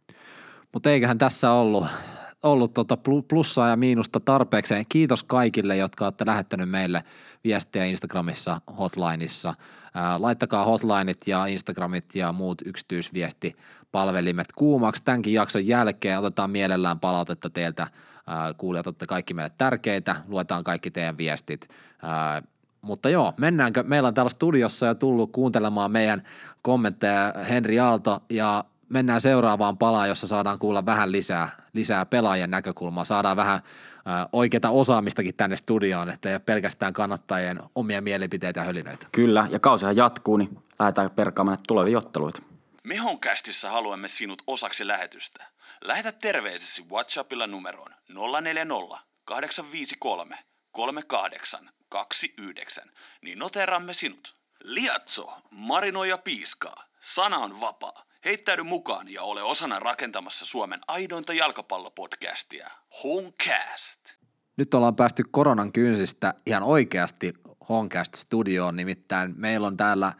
Mutta eiköhän tässä ollut, ollut tota plussaa ja miinusta tarpeeksi. Kiitos kaikille, jotka olette lähettänyt meille viestiä Instagramissa, hotlineissa. Ää, laittakaa hotlineit ja Instagramit ja muut yksityisviestipalvelimet kuumaksi tämänkin jakson jälkeen. Otetaan mielellään palautetta teiltä. Ää, kuulijat, olette kaikki meille tärkeitä. Luetaan kaikki teidän viestit. Ää, mutta joo, mennäänkö? Meillä on täällä studiossa jo tullut kuuntelemaan meidän kommentteja Henri Aalto ja mennään seuraavaan palaan, jossa saadaan kuulla vähän lisää, lisää pelaajien näkökulmaa. Saadaan vähän ä, oikeaa osaamistakin tänne studioon, että ei ole pelkästään kannattajien omia mielipiteitä ja hölinöitä. Kyllä, ja kausihan jatkuu, niin lähdetään perkaamaan tulevia otteluita. Me Honkästissä haluamme sinut osaksi lähetystä. Lähetä terveisesi WhatsAppilla numeroon nolla neljä nolla, kahdeksan viisi kolme, kolme kahdeksan, kaksi yhdeksän, niin noteramme sinut. Liatso, marinoi ja piiskaa. Sana on vapaa. Heittäydy mukaan ja ole osana rakentamassa Suomen aidointa jalkapallopodcastia, Honcast. Nyt ollaan päästy koronan kynsistä ihan oikeasti Honcast-studioon, nimittäin meillä on täällä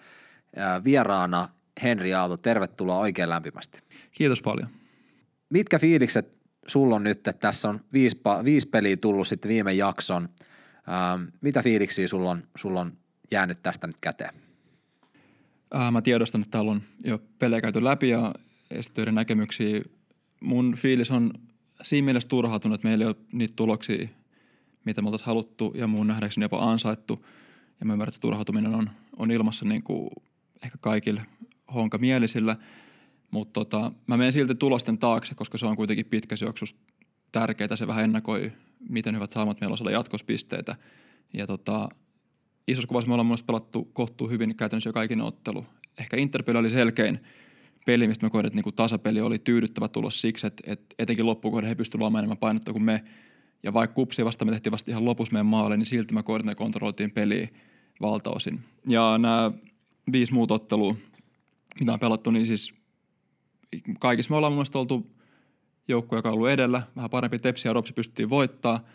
vieraana Henri Aalto. Tervetuloa oikein lämpimästi. Kiitos paljon. Mitkä fiilikset sulla on nyt, että tässä on viisi, viisi peliä tullut sitten viime jakson. Ähm, mitä fiiliksiä sulla on, sulla on jäänyt tästä nyt käteen? Äh, mä tiedostan, että täällä on jo pelejä käyty läpi ja esityöiden näkemyksiä. Mun fiilis on siinä mielessä turhautunut, että meillä ei ole niitä tuloksia, mitä me oltaisiin haluttu ja mun nähdäkseni jopa ansaittu. Ja mä ymmärrän, että se turhautuminen on, on ilmassa niin kuin ehkä kaikille honkamielisillä. Mutta tota, mä menen silti tulosten taakse, koska se on kuitenkin pitkässä juoksussa tärkeää. Se vähän ennakoi, miten hyvät saamat meillä on saada jatkospisteitä. Ja tota, isossa kuvassa me ollaan mun pelattu kohtuu hyvin käytännössä jo kaikin ottelu. Ehkä Interpeli oli selkein peli, mistä mä koin, että niinku tasapeli oli tyydyttävä tulos siksi, että et etenkin loppukohden he pystyivät luomaan enemmän painetta kuin me. Ja vaikka kupsia vasta me tehtiin vasta ihan lopussa meidän maalle, niin silti mä koin, että me kontrolloitiin peliä valtaosin. Ja nämä viisi muuta ottelua, mitä on pelattu, niin siis kaikissa me ollaan mun mielestä oltu joukko, joka on ollut edellä. Vähän parempi Tepsi ja Ropsi pystyttiin voittaa.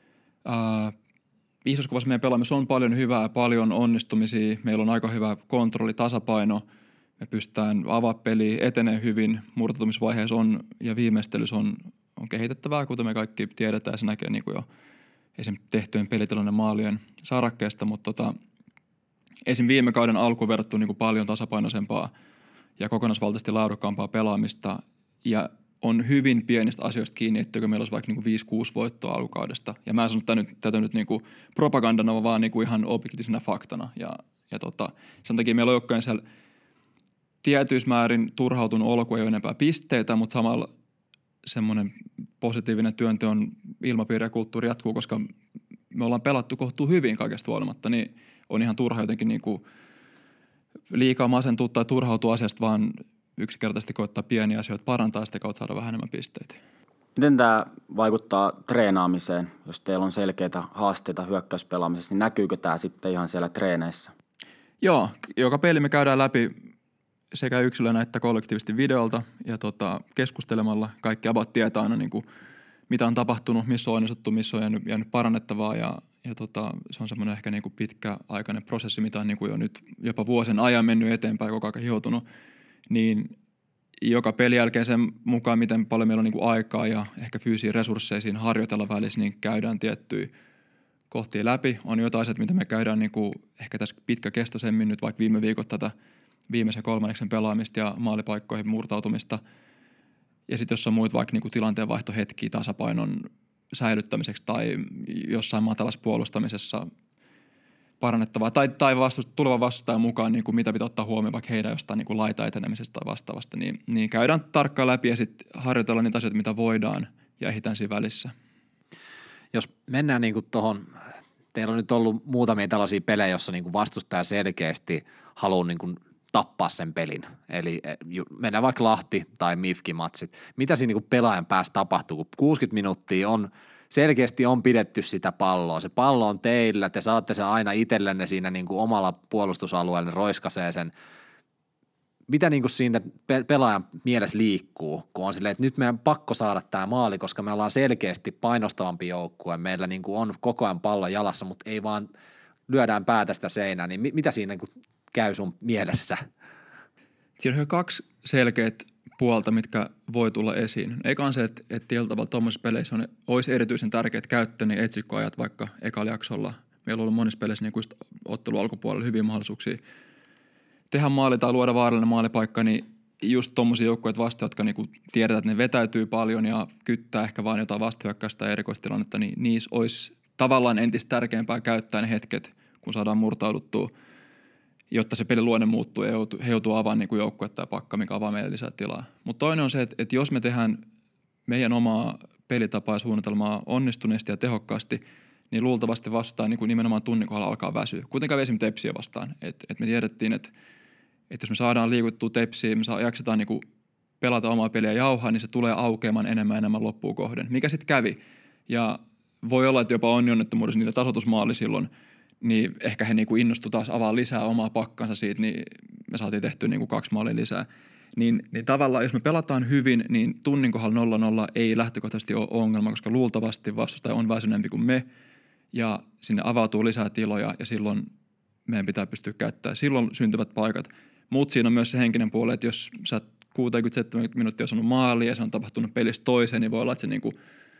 Ää, isossa kuvassa meidän pelaamissa on paljon hyvää, paljon onnistumisia. Meillä on aika hyvä kontrolli, tasapaino. Me pystytään avaa peliä, etenee hyvin. Murtautumisvaiheessa on ja viimeistelyssä on, on kehitettävää, kuten me kaikki tiedetään. Se näkee niin kuin jo esimerkiksi tehtyjen pelitilanne maalien sarakkeesta, mutta tota, esim. Viime kauden alkuun verrattuna niin kuin paljon tasapainoisempaa ja kokonaisvaltaisesti laadukkaampaa pelaamista. Ja on hyvin pienistä asioista kiinni, etteikö meillä olisi vaikka niinku viisi kuusi voittoa alkukaudesta. Ja mä en sano tätä nyt, tätä nyt niinku propagandana, vaan niinku ihan objektiivisena faktana. Ja, ja tota, sen takia meillä on joukkojen siellä tietyissä määrin turhautunut olo, kun ei ole enempää pisteitä, mutta samalla semmoinen positiivinen työnteon ilmapiiri ja kulttuuri jatkuu, koska me ollaan pelattu kohtuu hyvin kaikesta huolimatta, niin on ihan turha jotenkin niinku liikaa masentua tai turhautua asiasta, vaan yksinkertaisesti koittaa pieniä asioita parantaa ja sitä kautta saada vähän enemmän pisteitä. Miten tämä vaikuttaa treenaamiseen? Jos teillä on selkeitä haasteita hyökkäyspelaamisessa, niin näkyykö tämä sitten ihan siellä treeneissä? Joo, joka peli me käydään läpi sekä yksilönä että kollektiivisesti videolta ja tota, keskustelemalla. Kaikki about tietää aina, niin kuin, mitä on tapahtunut, missä on onnistuttu, missä on jäänyt, jäänyt parannettavaa ja, ja tota, se on semmoinen ehkä niin kuin pitkäaikainen prosessi, mitä on niin kuin jo nyt jopa vuosien ajan mennyt eteenpäin, koko ajan hioutunut. Niin joka pelin jälkeen sen mukaan, miten paljon meillä on niin kuin aikaa ja ehkä fyysisiä resursseja siinä harjoitella välissä, niin käydään tiettyjä kohtia läpi. On jotain asioita, mitä me käydään niin kuin ehkä tässä pitkäkestoisemmin nyt vaikka viime viikot tätä viimeisen kolmanneksen pelaamista ja maalipaikkoihin murtautumista. Ja sitten jos on muut vaikka niin kuin tilanteenvaihtohetkiä tasapainon säilyttämiseksi tai jossain matalassa puolustamisessa parannettavaa tai, tai vastust, tulevan vastustajan mukaan, niin kuin mitä pitää ottaa huomioon vaikka heidän jostain niin kuin laitaetenemisestä tai vastaavasta, niin, niin käydään tarkkaan läpi ja sitten harjoitellaan niitä asioita, mitä voidaan ja ehditään siinä välissä. Jos mennään niin kuin tuohon, teillä on nyt ollut muutamia tällaisia pelejä, jossa niin kuin vastustaja selkeästi haluaa niin kuin tappaa sen pelin. Eli mennään vaikka Lahti tai M I F-matsit. Mitä siinä niin kuin pelaajan päässä tapahtuu, kun kuusikymmentä minuuttia on selkeästi on pidetty sitä palloa. Se pallo on teillä, te saatte sen aina itsellenne siinä niin kuin omalla puolustusalueella, roiskasee sen. Mitä niin kuin siinä pelaajan mielessä liikkuu, kun on silleen, että nyt meidän pakko saada tämä maali, koska me ollaan selkeästi painostavampi joukkue. Meillä niin kuin on koko ajan pallo jalassa, mutta ei vaan lyödään päätä sitä seinään. Niin mitä siinä niin kuin käy sun mielessä? Siinä on kaksi selkeät puolta, mitkä voi tulla esiin. Eka on se, että, että tietyllä tavalla tuommoisissa peleissä on, olisi erityisen tärkeät käyttää ne etsikkoajat vaikka ekalla jaksolla. Meillä on ollut monissa peleissä niin kuin ottelu alkupuolella hyviä mahdollisuuksia tehdä maali tai luoda vaarallinen maalipaikka, niin just tuommoisia joukkueita vastaan, jotka niin kuin tiedetään, että ne vetäytyy paljon ja kyttää ehkä vaan jotain vastahyökkäystä ja erikoistilannetta, niin niissä olisi tavallaan entistä tärkeämpää käyttää ne hetket, kun saadaan murtauduttua, jotta se pelin luonne muuttuu ja he joutuu avaamaan niin joukkuetta ja pakka, mikä avaa meille lisää tilaa. Mutta toinen on se, että, että jos me tehdään meidän omaa pelitapaa ja suunnitelmaa onnistuneesti ja tehokkaasti, niin luultavasti vastaan niin kuin nimenomaan tunnin kohdalla alkaa väsyä. Kuten kävi esimerkiksi Tepsiä vastaan. Et, et me tiedettiin, että et jos me saadaan liikuttua Tepsiä, me saa, jaksetaan niin kuin pelata omaa peliä ja jauhaa, niin se tulee aukeamaan enemmän enemmän loppuun kohden. Mikä sitten kävi? Ja voi olla, että jopa onnettomuudessa niillä tasoitusmaali silloin, niin ehkä he niin kuin innostu taas avaa lisää omaa pakkansa siitä, niin me saatiin tehtyä niin kuin kaksi maalia lisää. Niin, niin tavallaan, jos me pelataan hyvin, niin tunnin kohdalla nolla nolla ei lähtökohtaisesti ole ongelma, koska luultavasti vastustaja on väsyneempi kuin me, ja sinne avautuu lisää tiloja, ja silloin meidän pitää pystyä käyttämään. Silloin syntyvät paikat. Mutta siinä on myös se henkinen puoli, että jos sä kuusikymmentä seitsemänkymmentä minuuttia on saanut maalia, ja se on tapahtunut pelistä toiseen, niin voi olla, että se niinku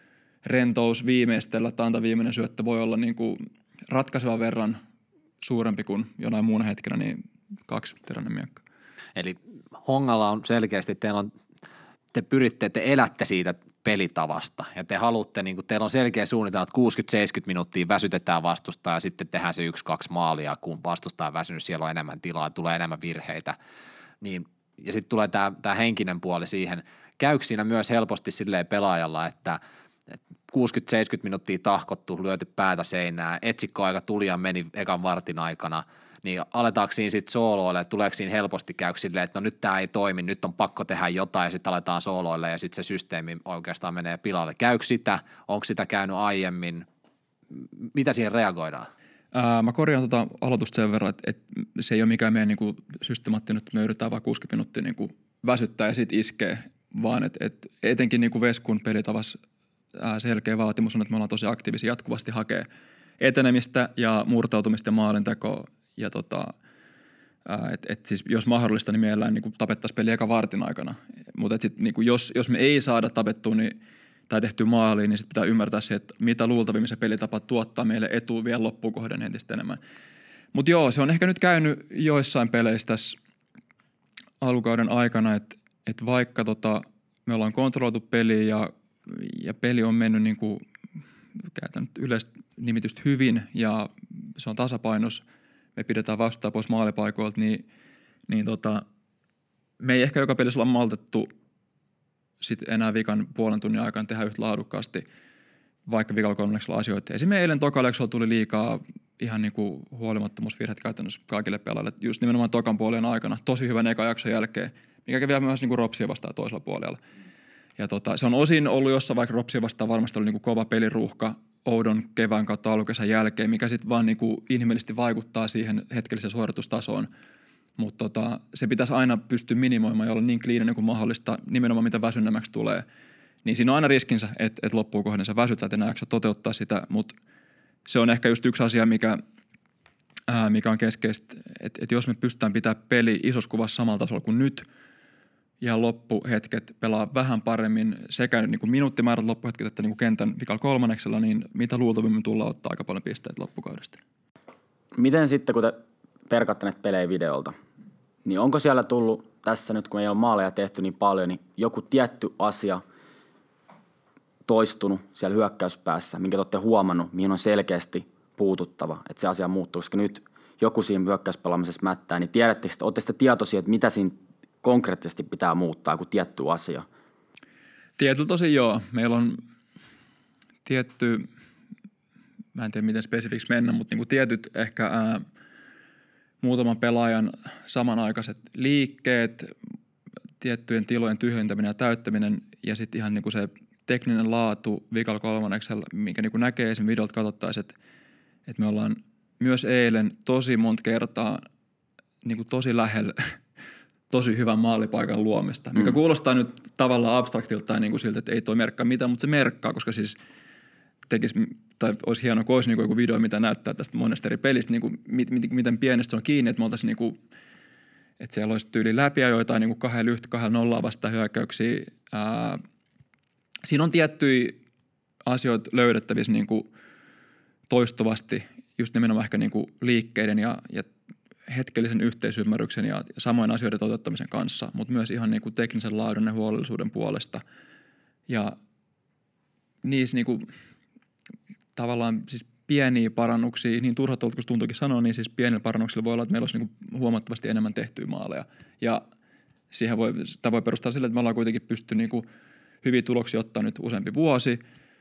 rentous viimeistellä tai antaa viimeinen syöttö voi olla niinku ratkaisevan verran suurempi kuin jonain muuna hetkenä, niin kaksi teräinen miekka. Eli Hongalla on selkeästi, teillä on, te pyritte, te elätte siitä pelitavasta ja te haluatte, niin kuin teillä on selkeä suunnitelma, että kuusikymmentä seitsemänkymmentä minuuttia väsytetään vastustaa ja sitten tehdään se yksi kaksi maalia, kun vastustaa väsynyt, siellä on enemmän tilaa, tulee enemmän virheitä. Niin, ja sitten tulee tämä, tämä henkinen puoli siihen. Käykö siinä myös helposti silleen pelaajalla, että kuusikymmentä seitsemänkymmentä minuuttia tahkottu, lyöty päätä seinään, etsikkoaika tuli ja meni ekan vartin aikana, niin aletaanko siinä sitten sooloille, että tuleeko siinä helposti käy silleen, että no nyt tämä ei toimi, nyt on pakko tehdä jotain ja sitten aletaan sooloille ja sitten se systeemi oikeastaan menee pilalle. Käykö sitä, onko sitä käynyt aiemmin, mitä siihen reagoidaan? Ää, mä korjaan tuota aloitusta sen verran, että, että se ei ole mikään meidän niin systemaattinen, että me yritetään vaan kuusikymmentä minuuttia niin väsyttää ja sitten iskee, vaan että, että etenkin niin Veskun pelitavassa selkeä vaatimus on, että me ollaan tosi aktiivisia, jatkuvasti hakee etenemistä ja murtautumista ja maalintekoa. Ja tota, että et siis jos mahdollista, niin mielellään niin tapettaisiin peli eka vartin aikana. Mutta sitten niin jos, jos me ei saada tapettua niin, tai tehtyä maaliin, niin sitten pitää ymmärtää se, että mitä luultavimmin se pelitapa tuottaa meille etua vielä loppuun kohden entistä enemmän. Mutta joo, se on ehkä nyt käynyt joissain peleissä tässä alkukauden aikana, että et vaikka tota, me ollaan kontrolloitu peli ja, ja peli on mennyt niin kuin, käytän yleistä nimitystä hyvin ja se on tasapainos. Me pidetään vastaan pois maalipaikoilta, niin, niin tota, me ei ehkä joka pelissä olla maltettu sit enää vikan puolen tunnin aikana tehdä yhtä laadukkaasti, vaikka vikalla kolmanneksella asioita. Esimerkiksi eilen tokaleksolla tuli liikaa ihan niinku huolimattomuusvirheet käytännössä kaikille pelaajille, just nimenomaan tokan puolen aikana, tosi hyvän eka jakson jälkeen, mikä kävi myös niinku Ropsia vastaan toisella puolella. Ja tota, se on osin ollut jossain, vaikka Ropsia vastaan varmasti oli niinku kova peliruuhka oudon kevään kautta alkukesän jälkeen, mikä sitten vaan niinku inhimillisesti vaikuttaa siihen hetkelliseen suoritustasoon. Mutta tota, se pitäisi aina pystyä minimoimaan ja olla niin kliininen kuin mahdollista, nimenomaan mitä väsynnämäksi tulee. Niin siinä on aina riskinsä, että et loppuun kohden sä väsyt, sä et enää jaksa toteuttaa sitä, mutta se on ehkä just yksi asia, mikä, ää, mikä on keskeistä, että et jos me pystytään pitämään peli isossa kuvassa samalla tasolla kuin nyt ja loppuhetket pelaa vähän paremmin sekä niin kuin minuuttimäärät loppuhetket että niin kuin kentän vikalla kolmanneksella, niin mitä luultavimmin tullaan ottaa aika paljon pisteitä loppukaudesta. Miten sitten, kun te perkatte näitä pelejä videolta, niin onko siellä tullut tässä nyt, kun ei ole maaleja tehty niin paljon, niin joku tietty asia toistunut siellä hyökkäyspäässä, minkä te olette huomannut, mihin on selkeästi puututtava, että se asia muuttuu, koska nyt joku siinä hyökkäyspelaamisessa mättää, niin tiedättekö, olette sitten tietoisia, että mitä siinä konkreettisesti pitää muuttaa, kun tietty asia? Tietyllä tosi joo. Meillä on tietty, mä en tiedä miten spesifiksi mennä, mutta niinku tietyt ehkä ää, muutaman pelaajan samanaikaiset liikkeet, tiettyjen tilojen tyhjentäminen ja täyttäminen ja sitten ihan niinku se tekninen laatu vikalla kolmanneksella, minkä niinku näkee esimerkiksi videolta katsottaisiin, että, että me ollaan myös eilen tosi monta kertaa niinku tosi lähellä tosi hyvän maalipaikan luomista, mikä mm. kuulostaa nyt tavallaan abstraktilta tai niinku siltä, että ei toi merkkaa mitään, mutta se merkkaa, koska siis tekisi, tai olisi hienoa, kun olisi niinku joku video, mitä näyttää tästä monesta eri pelistä, niinku, mit, mit, miten pienestä se on kiinni, että me oltaisiin niinku, että siellä olisi tyyli läpi ja joitain niinku kahdella yhtä, kahdella nollaa vastaan hyökkäyksiä. Ää, siinä on tiettyjä asioita löydettävissä niinku toistuvasti, just nimenomaan ehkä niinku liikkeiden ja, ja hetkellisen yhteisymmärryksen ja samoin asioiden toteuttamisen kanssa, mutta myös ihan niinku teknisen laadun ja huolellisuuden puolesta. Ja niissä niinku tavallaan siis pieniä parannuksia, niin turhat olta, kun tuntuukin sanoa, niin siis pienillä parannuksilla voi olla, että meillä olisi niinku huomattavasti enemmän tehtyä maaleja. Ja siihen voi, sitä voi perustaa sille, että me ollaan kuitenkin pysty niinku hyviä tuloksia ottaa nyt useampi vuosi.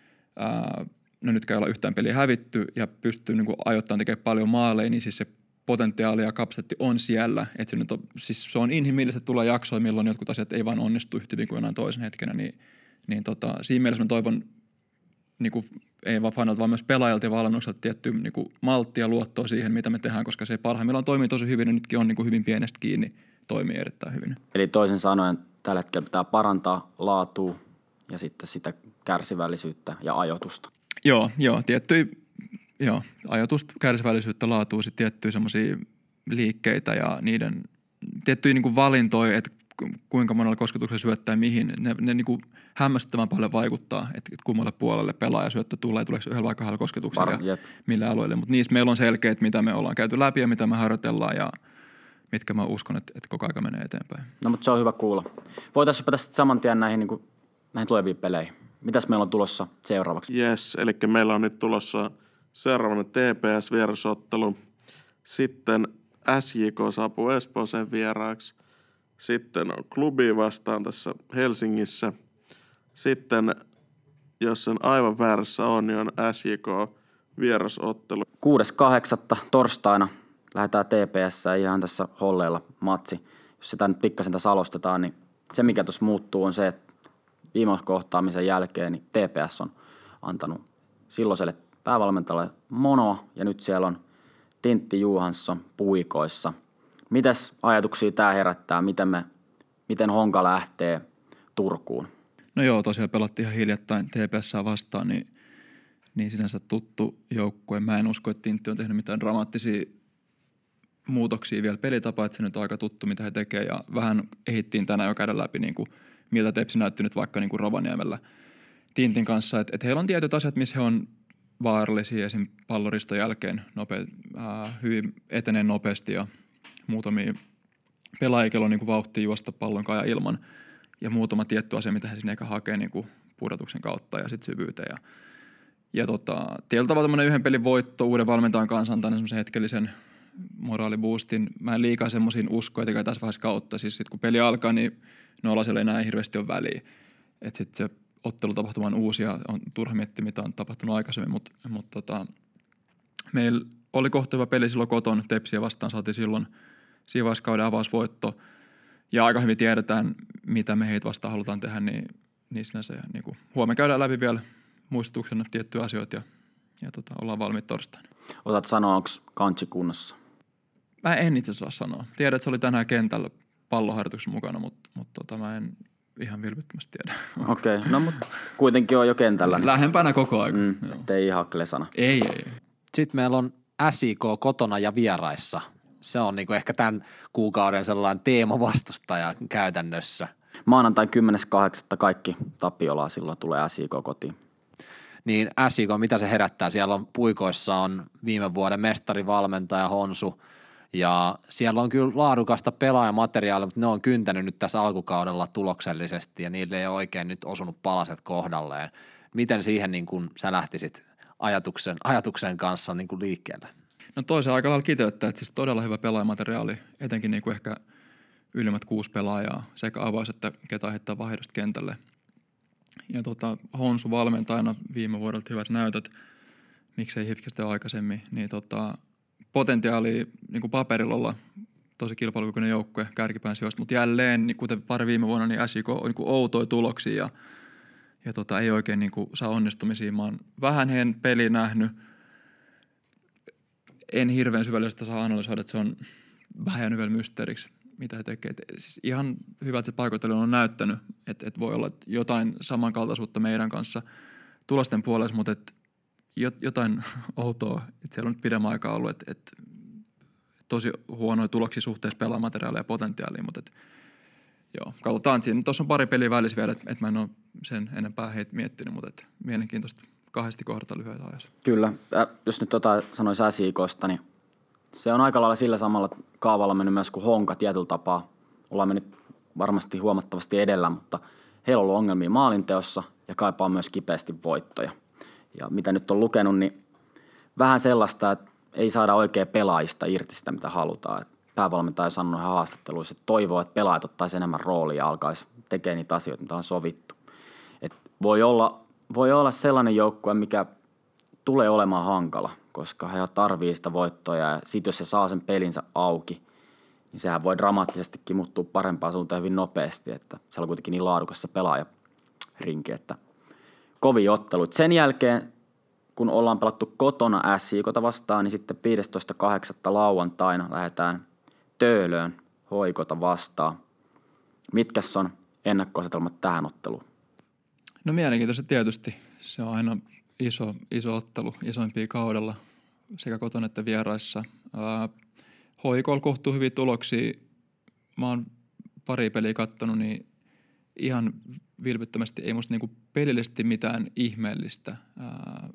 Ää, no nytkään ei olla yhtään peliä hävitty ja pystyy niinku ajoittain tekemään paljon maaleja, niin siis se potentiaali ja kapasiteetti on siellä. Että se, nyt on, siis se on inhimillistä, että tulee jaksoja, milloin jotkut asiat ei vaan onnistu yhtä hyvin kuin enää toisen hetkenä. Niin, niin tota, siinä mielessä mä toivon, niin kuin, ei vaan fanilta, vaan myös pelaajalta ja valmennukselta tiettyä niin kuin malttia ja luottoa siihen, mitä me tehdään, koska se parhaimmillaan toimii tosi hyvin ja nytkin on niin kuin hyvin pienestä kiinni, toimii erittäin hyvin. Eli toisin sanoen tällä hetkellä pitää parantaa laatua ja sitten sitä kärsivällisyyttä ja ajoitusta. Joo, joo, tiettyjä joo, ajoitusta, kärsivällisyyttä, laatua, sitten tiettyjä semmoisia liikkeitä ja niiden tiettyjä niin kuin valintoja, että kuinka monella kosketuksella syöttää mihin. Ne, ne niin kuin hämmästyttävän paljon vaikuttaa, että kummalle puolelle pelaaja syöttö tulee, tuleeko yhdellä vai kahdella kosketuksella Var, ja millä alueille. Mutta niissä meillä on selkeät, mitä me ollaan käyty läpi ja mitä me harjoitellaan ja mitkä mä uskon, että, että koko aika menee eteenpäin. No mutta se on hyvä kuulla. Voitaisiin hypätä sitten saman tien näihin, niin kuin, näihin tuleviin peleihin. Mitäs meillä on tulossa seuraavaksi? Yes, eli meillä on nyt tulossa seuraavana T P S-vierasottelu. Sitten S J K saapuu Espooseen vieraaksi. Sitten on klubi vastaan tässä Helsingissä. Sitten, jos sen aivan väärässä on, niin on S J K vierasottelu. kuudes kahdeksatta torstaina lähdetään T P S ihan tässä holleilla matsi. Jos sitä nyt pikkasen tässä alostetaan, niin se mikä tuossa muuttuu on se, että viime kohtaamisen jälkeen niin T P S on antanut silloiselle päävalmentajalle monoa ja nyt siellä on Tintti Johansson puikoissa. Mitäs ajatuksia tämä herättää? Miten, me, miten Honka lähtee Turkuun? No joo, tosiaan pelattiin ihan hiljattain T P S:ää vastaan, niin, niin sinänsä tuttu joukkue. Mä en usko, että Tintti on tehnyt mitään dramaattisia muutoksia vielä pelitapaa, että se nyt on aika tuttu, mitä he tekee. Ja vähän ehittiin tänään jo käydä läpi, niin kuin, miltä Tepsi näytti nyt vaikka niin kuin Rovaniemellä Tintin kanssa. Että et heillä on tietyt asiat, missä he on vaarallisia, esim. Palloriston jälkeen nope, ää, hyvin etenee nopeasti ja muutamia pelaajia, kello on niin kuin vauhtia juosta pallon ja ilman. ja muutama tietty asia, mitä he sinne ehkä hakee niin kuin pudotuksen kautta ja sitten syvyyteen. Ja, ja tota, tietyllä tavalla tämmöinen yhden pelin voitto uuden valmentajan kanssa antaa semmoisen hetkellisen moraaliboostin. Mä en liikaa semmoisiin usko, että tässä vaiheessa kautta. Siis sitten kun peli alkaa, niin nolla siellä ei enää hirveästi ole väliä. Että sitten se ottelutapahtuma on uusi ja on turha miettiä, mitä on tapahtunut aikaisemmin. Mutta mut tota, meillä oli kohta hyvä peli silloin kotona. Tepsiä vastaan saatiin silloin siinä vaiheessa kauden avausvoitto. Ja aika hyvin tiedetään, mitä me heitä vastaan halutaan tehdä, niin, niin sinänsä. Niin kuin, huomenna käydään läpi vielä muistutuksena tiettyjä asioita ja, ja tota, ollaan valmiit torstaina. Osaat sanoa, onko kantsi kunnossa? Mä en itse saa sanoa. Tiedän, että se oli tänään kentällä palloharjoituksen mukana, mutta, mutta tota, mä en ihan vilpittömästi tiedä. Okei, okay. No mutta kuitenkin on jo kentällä. Niin... Lähempänä koko ajan. Mm, ettei ihan klesana. Ei, ei, ei. Sitten meillä on S I K kotona ja vieraissa. Se on niinku ehkä tämän kuukauden sellainen teemavastustaja käytännössä. Maanantai kymmenes kahdeksatta kaikki Tapiolaa silloin tulee S I K kotiin. Niin S I K, mitä se herättää? Siellä on puikoissa on viime vuoden mestarivalmentaja Honsu ja siellä on kyllä laadukasta pelaajamateriaalia, mutta ne on kyntänyt nyt tässä alkukaudella tuloksellisesti ja niille ei ole oikein nyt osunut palaset kohdalleen. Miten siihen niin kun sä lähtisit ajatuksen, ajatuksen kanssa niin kun liikkeelle? No toisen aika lailla kiteyttää, että siis todella hyvä pelaajamateriaali, etenkin niin kuin ehkä ylimmät kuusi pelaajaa sekä avaus, että ketä heittää vaihdosta kentälle. Ja tota, Honsu valmentajana viime vuodelta hyvät näytöt, miksei Hifkestä aikaisemmin, niin tota, potentiaali niin kuin paperilla olla tosi kilpailukykyinen joukkue kärkipään sijoista, mutta jälleen, niin kuten pari viime vuonna, niin S I K on niin kuin outoja tuloksia ja, ja tota, ei oikein niin kuin saa onnistumisia. Mä oon vähän heidän peliä nähnyt. En hirveän syvällisesti saa analysoida, että se on vähän jäänyt vielä mysteeriksi, mitä he tekevät. Siis ihan hyvä, että se paikoittelu on näyttänyt, että, että voi olla jotain samankaltaisuutta meidän kanssa tulosten puolesta, mutta että jotain outoa, että siellä on nyt pidemmän aikaa ollut, että, että tosi huonoja tuloksia suhteessa pelaamateriaalia ja potentiaalia, mutta että, joo, katsotaan siinä. Tuossa on pari peliä välissä vielä, että, että mä en ole sen enempää heitä miettinyt, mutta että mielenkiintoista kahdesti kohdata lyhyessä ajassa. Kyllä. Ja jos nyt tota sanoisi S I K:sta, niin se on aika lailla sillä samalla kaavalla mennyt myös kuin Honka tietyllä tapaa. Ollaan mennyt varmasti huomattavasti edellä, mutta heillä on ollut ongelmia maalinteossa ja kaipaa myös kipeästi voittoja. Ja mitä nyt on lukenut, niin vähän sellaista, että ei saada oikein pelaajista irti sitä, mitä halutaan. Et päävalmentaja on sanonut ihan haastatteluissa, että toivoo, että pelaajat ottaisi enemmän roolia ja alkaisi tekemään niitä asioita, mitä on sovittu. Et voi olla, voi olla sellainen joukkue, mikä tulee olemaan hankala, koska he tarvitsee sitä voittoa ja sitten jos se saa sen pelinsä auki, niin sehän voi dramaattisestikin muuttua parempaan suuntaan hyvin nopeasti, että siellä on kuitenkin niin laadukas se pelaajarinki, että kovia otteluita. Sen jälkeen, kun ollaan pelattu kotona S I K:ta vastaan, niin sitten viidestoista kahdeksatta lauantaina lähdetään Töölöön Hoikota vastaan. Mitkäs on ennakko-asetelmat tähän otteluun? No mielenkiintoista tietysti. Se on aina iso, iso ottelu, isoimpia kaudella sekä kotona että vieraissa. Hoikolla kohtuu hyviä tuloksia. Mä oon pari peliä kattonut, niin ihan vilpittömästi ei musta niinku pelillisesti mitään ihmeellistä. Ää,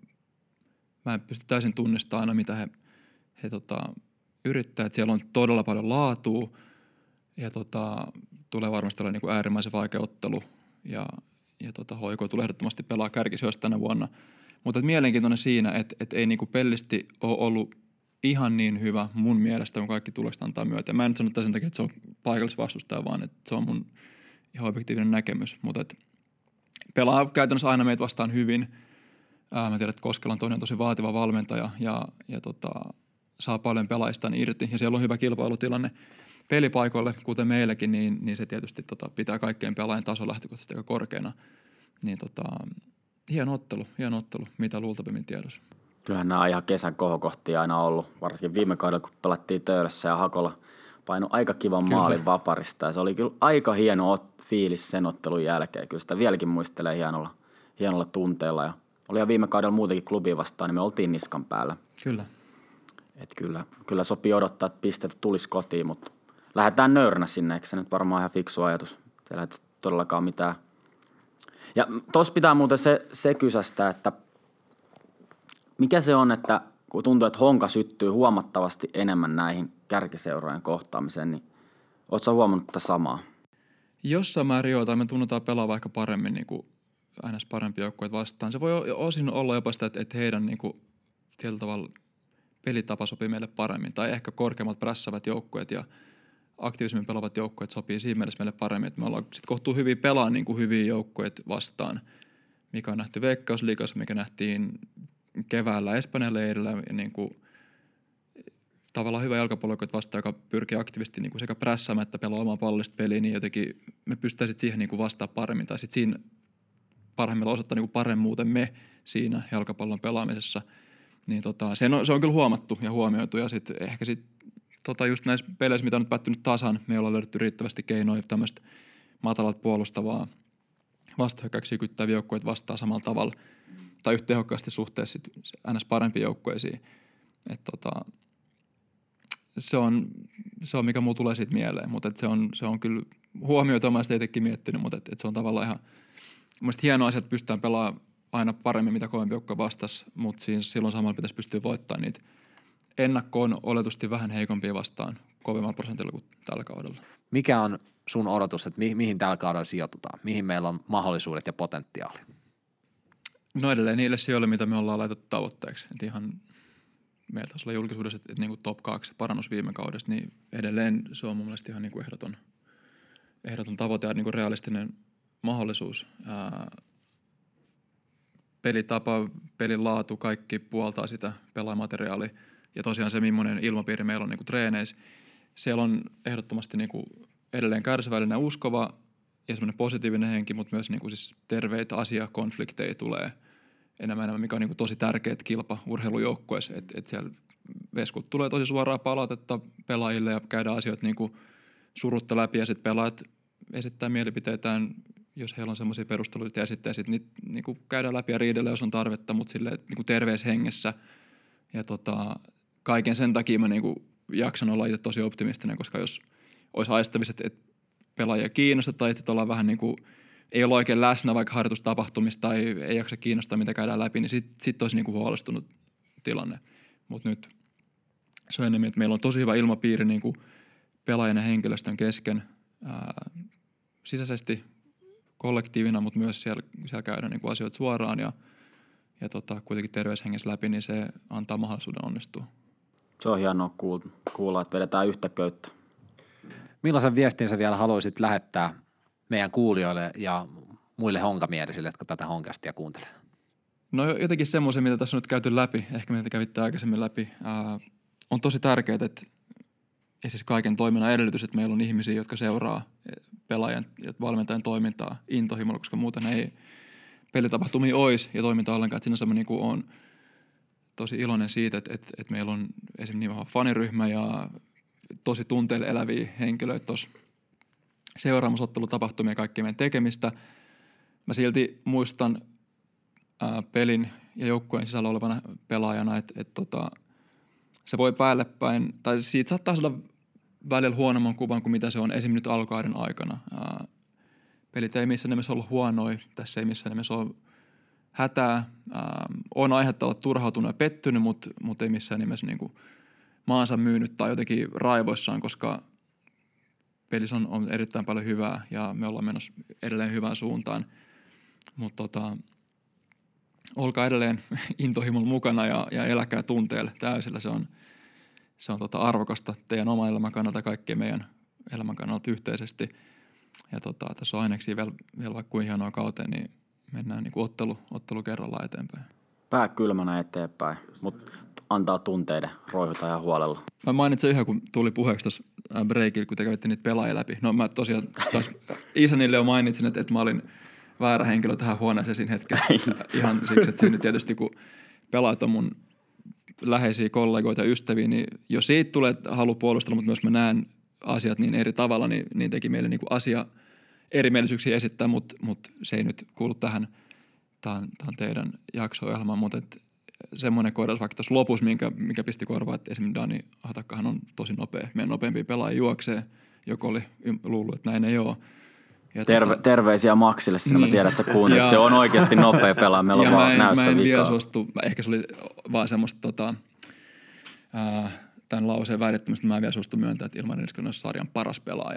mä en pysty täysin tunnistamaan aina, mitä he, he tota, yrittää. Et siellä on todella paljon laatua ja tota, tulee varmasti olla niinku äärimmäisen vaikea ottelu. Ja, ja tota, Hoiko tulee ehdottomasti pelaa kärkisyössä tänä vuonna. Mutta mielenkiintoinen siinä, että et ei niinku pelillisesti ole ollut ihan niin hyvä mun mielestä, kun kaikki tulokset antaa myöten. Mä en nyt sano sen takia, että se on paikallisvastustaja, vaan että se on mun ihan objektiivinen näkemys, mutta et pelaa käytännössä aina meitä vastaan hyvin. Ää, mä tiedän, että Koskela on toinen tosi vaativa valmentaja ja, ja tota, saa paljon pelaajistaan irti ja siellä on hyvä kilpailutilanne pelipaikoille, kuten meilläkin, niin, niin se tietysti tota, pitää kaikkien pelaajien taso lähtökohtaisesti aika korkeana. Niin tota, hieno ottelu, hieno ottelu, mitä luultavimmin tiedossa. Kyllähän nämä on ihan kesän kohokohtia aina ollut, varsinkin viime kaudella, kun pelattiin Töölössä ja Hakola painoi aika kivan kyllä. maalin vaparista. Ja se oli kyllä aika hieno ot- fiilis sen ottelun jälkeen. Kyllä sitä vieläkin muistelee hienolla, hienolla tunteella. Ja oli ihan viime kaudella muutenkin klubiin vastaan, niin me oltiin niskan päällä. Kyllä. Et kyllä, kyllä sopii odottaa, että pisteet tulisi kotiin, mutta lähdetään nöyränä sinne. Eikö se nyt varmaan ihan fiksu ajatus? Teillä ei todellakaan mitään. Ja tuossa pitää muuten se, se kysästä, että mikä se on, että kun tuntuu, että Honka syttyy huomattavasti enemmän näihin kärkiseurojen kohtaamiseen, niin ootko sä huomannut tätä samaa? jossain määrin joo, tai me tunnetaan pelaa vaikka paremmin niin kuin aina parempia joukkueita vastaan. Se voi osin olla jopa sitä, että, että heidän niin kuin, tietyllä tavalla pelitapa sopii meille paremmin, tai ehkä korkeammat prässävät joukkueet ja aktiivisemmin pelaavat joukkueet sopii siinä mielessä meille paremmin, että me ollaan sitten kohtuu hyviä pelaa niin kuin hyviä joukkueet vastaan, mikä on nähty Veikkausliigassa, mikä nähtiin keväällä Espanjan leirillä ja niin kuin tavallaan hyvä jalkapallojoukkueet vastaan, joka pyrkii aktiivisesti niin kuin sekä prässäämään että pelaa omaa pallollista peliä, niin jotenkin me pystytään sitten siihen niin kuin vastaan paremmin, tai sitten siinä parhaimmillaan osoittaa niin kuin paremmuuten me siinä jalkapallon pelaamisessa. Niin tota, se, on, se on kyllä huomattu ja huomioitu, ja sitten ehkä sitten tota just näissä peleissä, mitä on nyt päättynyt tasan, me ollaan löydetty riittävästi keinoja tämmöistä matalalta puolustavaa vastahyökkäyksiä kyttäviä joukkueita vastaa samalla tavalla tai yhtä tehokkaasti suhteessa ns. Parempiin joukkueisiin. Tota, se, on, se on, mikä muu tulee siitä mieleen, mutta se on, se on kyllä huomioitu, mä sitä itsekin miettinyt, mutta et, et se on tavallaan ihan mielestäni hieno asia, että pystytään pelaamaan aina paremmin, mitä kovempi joukkue vastasi, mutta siinä silloin samalla pitäisi pystyä voittamaan niitä ennakkoon oletusti vähän heikompia vastaan kovemmalla prosentilla kuin tällä kaudella. Mikä on sun odotus, että mi- mihin tällä kaudella sijoitutaan? Mihin meillä on mahdollisuudet ja potentiaali? No edelleen niille sijoille, mitä me ollaan laitettu tavoitteeksi. Et ihan meillä taisi olla julkisuudessa, että, että niin kuin top kaksi parannus viime kaudesta, niin edelleen se on mun mielestä ihan niin kuin ehdoton, ehdoton tavoite ja niin kuin realistinen mahdollisuus. Ää, pelitapa, pelin laatu, kaikki puoltaa sitä pelaamateriaali ja tosiaan se, millainen ilmapiiri meillä on niin kuin treeneissä. Siellä on ehdottomasti niin kuin edelleen kärsivällinen ja uskova ja semmoinen positiivinen henki, mutta myös niin kuin siis terveitä asiakonflikteja tulee enemmän enemmän, mikä on niin kuin tosi tärkeät kilpa urheilujoukkueessa, että et siellä veskut tulee tosi suoraa palautetta pelaajille ja käydään asioita niin kuin surutta läpi ja sitten pelaajat esittää mielipiteitään, jos heillä on semmoisia perusteluita ja esittää sitten niitä niin kuin käydään läpi ja riidellä, jos on tarvetta, mutta silleen niin kuin terveessä hengessä ja tota, kaiken sen takia mä niin kuin jaksan olla itse tosi optimistinen, koska jos olisi haistavissa, että, että pelaajia kiinnostaa tai että ollaan vähän niin kuin, ei ole oikein läsnä vaikka harjoitustapahtumista tai ei jaksa kiinnostaa, mitä käydään läpi, niin sitten sit olisi niin kuin huolestunut tilanne. Mutta nyt se on enemmän, että meillä on tosi hyvä ilmapiiri niin kuin pelaajan ja henkilöstön kesken ää, sisäisesti kollektiivina, mutta myös siellä, siellä käydään niin kuin asioita suoraan ja, ja tota, kuitenkin terveyshengessä läpi, niin se antaa mahdollisuuden onnistua. Se on hienoa kuulla, että vedetään yhtä köyttä. Millaisen viestin sä vielä haluaisit lähettää meidän kuulijoille ja muille honkamielisille, jotka tätä honkastia kuuntelee? No jotenkin semmoisen, mitä tässä on nyt käyty läpi, ehkä mitä kävitte aikaisemmin läpi, ää, on tosi tärkeää, että ja siis kaiken toiminnan edellytys, että meillä on ihmisiä, jotka seuraa pelaajan ja valmentajan toimintaa intohimolla, koska muuten ei pelitapahtumia olisi ja toiminta ollenkaan. Että sinänsä mä niin kuin olen tosi iloinen siitä, että, että, että meillä on esimerkiksi niin vahva faniryhmä ja tosi tunteille eläviä henkilöitä tuossa seuraamassa ottelutapahtumia ja kaikkea meidän tekemistä. Mä silti muistan ää, pelin ja joukkueen sisällä olevana pelaajana, että, että tota, se voi päälle päin, tai siitä saattaa saada välillä huonomman kuvan kuin mitä se on esimerkiksi nyt alkukauden aikana. Ää, pelit ei missään nimessä ollut huonoja, tässä ei missään nimessä ole hätää. Ää, on aihetta olla turhautunut ja pettynyt, mutta, mutta ei missään nimessä niin kuin maansa myynyt tai jotenkin raivoissaan, koska pelissä on, on erittäin paljon hyvää ja me ollaan menossa edelleen hyvään suuntaan. Mutta tota, olkaa edelleen intohimolla mukana ja, ja eläkää tunteella täysillä. Se on, se on tota arvokasta teidän oman elämän kannalta ja kaikkien meidän elämän kannalta yhteisesti. Ja tota, tässä on aineksi vielä, vielä vaikka kuin hienoa kauteen, niin mennään niin kuin ottelu, ottelu kerrallaan eteenpäin. Pää kylmänä eteenpäin, mutta antaa tunteiden roihuta ihan huolella. Mä mainitsin yhden, kun tuli puheeksi tuossa breakillä, kun te kävitte niitä pelaajia läpi. No mä tosiaan taas Isanille jo mainitsin, että, että mä olin väärä henkilö tähän huoneeseen siinä hetkessä. Ihan siksi, että siinä tietysti kun pelaajat on mun läheisiä kollegoita ja ystäviä, niin jos siitä tulee halu puolustella, mutta myös mä näen asiat niin eri tavalla, niin, niin teki meille niin kuin asia erimielisyyksiä esittää, mutta, mutta se ei nyt kuulu tähän. Tämä on, tämä on teidän jakso-ohjelmaan, mutta et semmoinen kohdaus vaikka tuossa lopussa, minkä, mikä pisti korvaa, että esimerkiksi Dani Hatakkahan on tosi nopea. Meidän nopeampia pelaajia juoksee, joku oli luullut, että näin ei ole. Ja Terve, tota, terveisiä Maksille, sillä niin. Mä tiedän, että sä kuuntelet. Se on oikeasti nopea pelaa, meillä on vaan näyssä vikaa. Mä en vikaa. vielä suostu, ehkä se oli vaan semmoista tota, ää, tämän lauseen väidettämistä, mä en vielä suostu myöntää, että Ilmari Niskanen on sarjan paras pelaaja.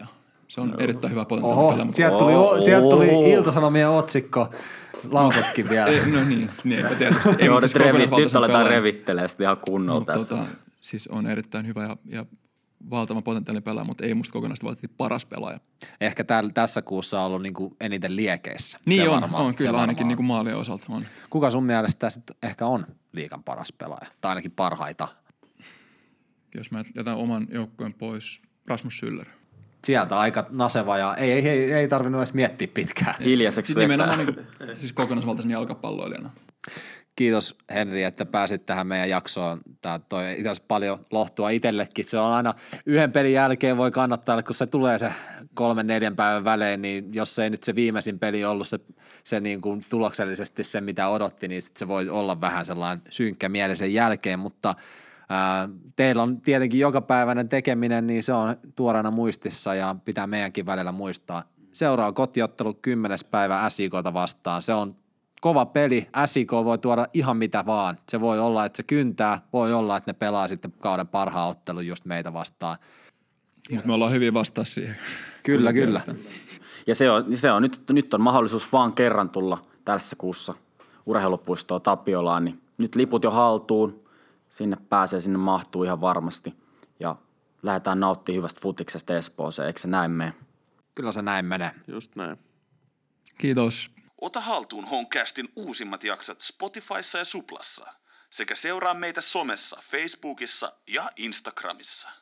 se on erittäin hyvä potentiaalinen Oho, pelaaja. mutta- sieltä tuli, Oo. sieltä tuli Ilta-Sanomien otsikko, lausutkin vielä. Ei, no niin, niin tietysti. Ei, Joo, mutta nyt, siis revi, nyt kokonaisvaltaisen aletaan pelaajan. revittelee sitten ihan kunnolla Mutta tässä. tota, siis on erittäin hyvä ja, ja valtavan potentiaalinen pelaaja, mutta ei musta kokonaisvaltaisesti paras pelaaja. Ehkä täällä, tässä kuussa on ollut niinku eniten liekeissä. Niin Se on, varmaan- on se kyllä varmaan ainakin on. niin kuin maalien osalta on. Kuka sun mielestä sitten ehkä on liigan paras pelaaja? Tai ainakin parhaita. Jos mä jätän oman joukkojen pois, Rasmus Schüller. Sieltä aika naseva ja ei, ei, ei, ei tarvinnut edes miettiä pitkään. Hiljaiseksi Siis vetää. nimenomaan niin kuin, siis kokonaisvaltaisen jalkapalloilijana. Kiitos Henri, että pääsit tähän meidän jaksoon. Tämä toi itse asiassa paljon lohtua itsellekin. Se on aina yhden pelin jälkeen voi kannattaa, kun se tulee se kolmen neljän päivän välein, niin jos ei nyt se viimeisin peli ollut se, se niin kuin tuloksellisesti se, mitä odotti, niin sit se voi olla vähän sellainen synkkä mieli sen jälkeen, mutta ää, teillä on tietenkin jokapäiväinen tekeminen, niin se on tuoreena muistissa ja pitää meidänkin välillä muistaa. Seuraava kotiottelu kymmenes päivä S I K:ta vastaan. Se on kova peli. S I K voi tuoda ihan mitä vaan. Se voi olla, että se kyntää. Voi olla, että ne pelaa sitten kauden parhaan ottelun just meitä vastaan. Mutta me ollaan hyvin vastaa siihen. Kyllä, kyllä. Ja se on, se on nyt, nyt on mahdollisuus vaan kerran tulla tässä kuussa urheilupuistoon Tapiolaan, niin nyt liput jo haltuun. Sinne pääsee, sinne mahtuu ihan varmasti. Ja lähdetään nauttimaan hyvästä futiksesta Espooseen, eikö se näin mene? Kyllä se näin menee. Just näin. Kiitos. Ota haltuun Honcastin uusimmat jaksot Spotifyssa ja Suplassa sekä seuraa meitä somessa, Facebookissa ja Instagramissa.